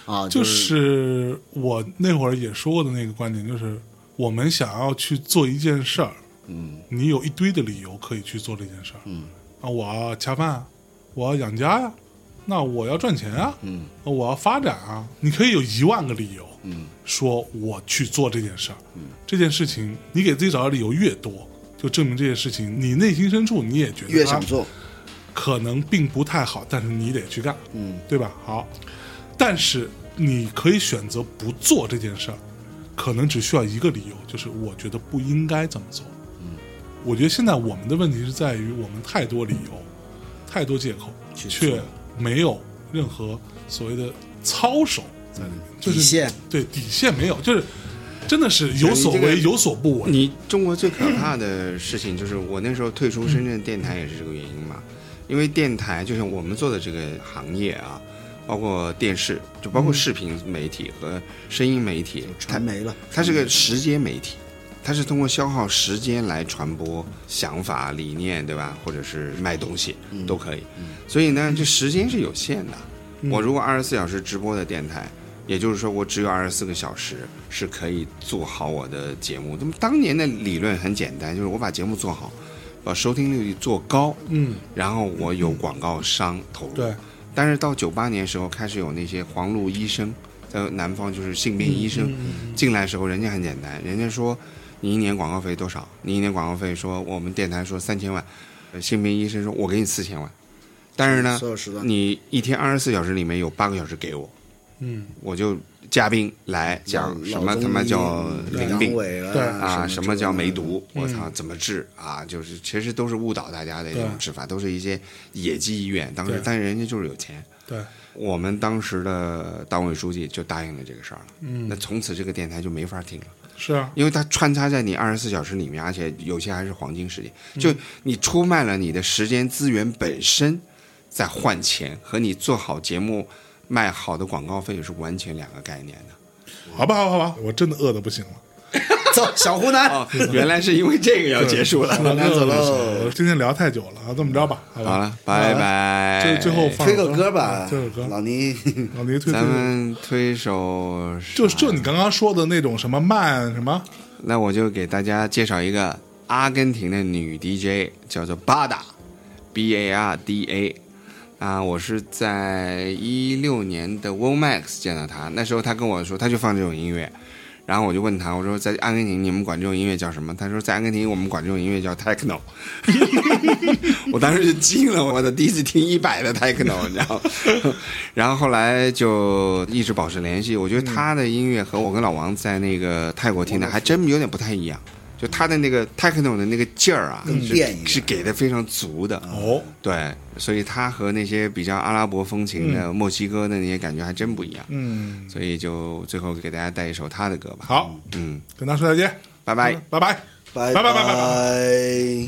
啊， 就是我那会儿也说过的那个观点，就是我们想要去做一件事儿，你有一堆的理由可以去做这件事儿，我要恰饭啊，我要养家呀，那我要赚钱啊，我要发展啊，你可以有10000个理由，说我去做这件事儿，这件事情你给自己找的理由越多，就证明这件事情你内心深处你也觉得越想做， 可能并不太好，但是你得去干，对吧？好，但是你可以选择不做这件事儿，可能只需要一个理由，就是我觉得不应该这么做。我觉得现在我们的问题是在于我们太多理由、太多借口，却没有任何所谓的操守在里面，就是底线， 对底线没有，就是真的是有所为有所不为。 你中国最可怕的事情就是我那时候退出深圳电台也是这个原因嘛，因为电台就像我们做的这个行业啊，包括电视，就包括视频媒体和声音媒体， 传媒了， 它是个时间媒体，它是通过消耗时间来传播想法、理念，对吧？或者是卖东西都可以。所以呢，这时间是有限的。我如果24小时直播的电台，也就是说我只有24个小时是可以做好我的节目。那么当年的理论很简单，就是我把节目做好，把收听率做高，然后我有广告商投入。 对。 但是到98年时候开始有那些黄路医生，在南方就是性病医生进来的时候，人家很简单，人家说你1年广告费多少？你1年广告费说我们电台说3000万，性病医生说我给你4000万，但是呢，你一天24小时里面有8个小时给我，我就嘉宾来讲什么他妈叫淋病， 对啊，什么叫梅毒，我操，怎么治啊？就是其实都是误导大家的这种治法，都是一些野鸡医院。当时，但是人家就是有钱。 对， 我们当时的党委书记就答应了这个事儿了。那从此这个电台就没法听了。 是啊， 因为它穿插在你24小时里面，而且有些还是黄金时间，就你出卖了你的时间资源本身，在换钱，和你做好节目卖好的广告费是完全2个概念的。 好吧，好吧，我真的饿得不行了。 走，小湖南。 哦，原来是因为这个要结束了。 小湖南走喽。 今天聊太久了，这么着吧，好吧。 好了，拜拜。 最后放推个歌吧， 推个歌。 老倪推。 咱们推首。 就你刚刚说的那种什么慢什么。 那我就给大家介绍一个阿根廷的女 DJ， 叫做巴达 ，BARDA。啊，我是在16年的 Womax 见到她，那时候她跟我说，她就放这种音乐，然后我就问她，我说在阿根廷你们管这种音乐叫什么？她说在阿根廷我们管这种音乐叫 techno。我当时就惊了，我的第一次听100的 techno， 你知道？然后后来就一直保持联系。我觉得她的音乐和我跟老王在那个泰国听的还真有点不太一样。就他的那个 techno 的那个劲儿啊，是给的非常足的哦， 对，所以他和那些比较阿拉伯风情的墨西哥的那些感觉还真不一样，所以就最后给大家带一首他的歌吧。 好，跟大家说再见， 拜拜， 拜拜， 拜拜，拜拜。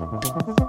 拜。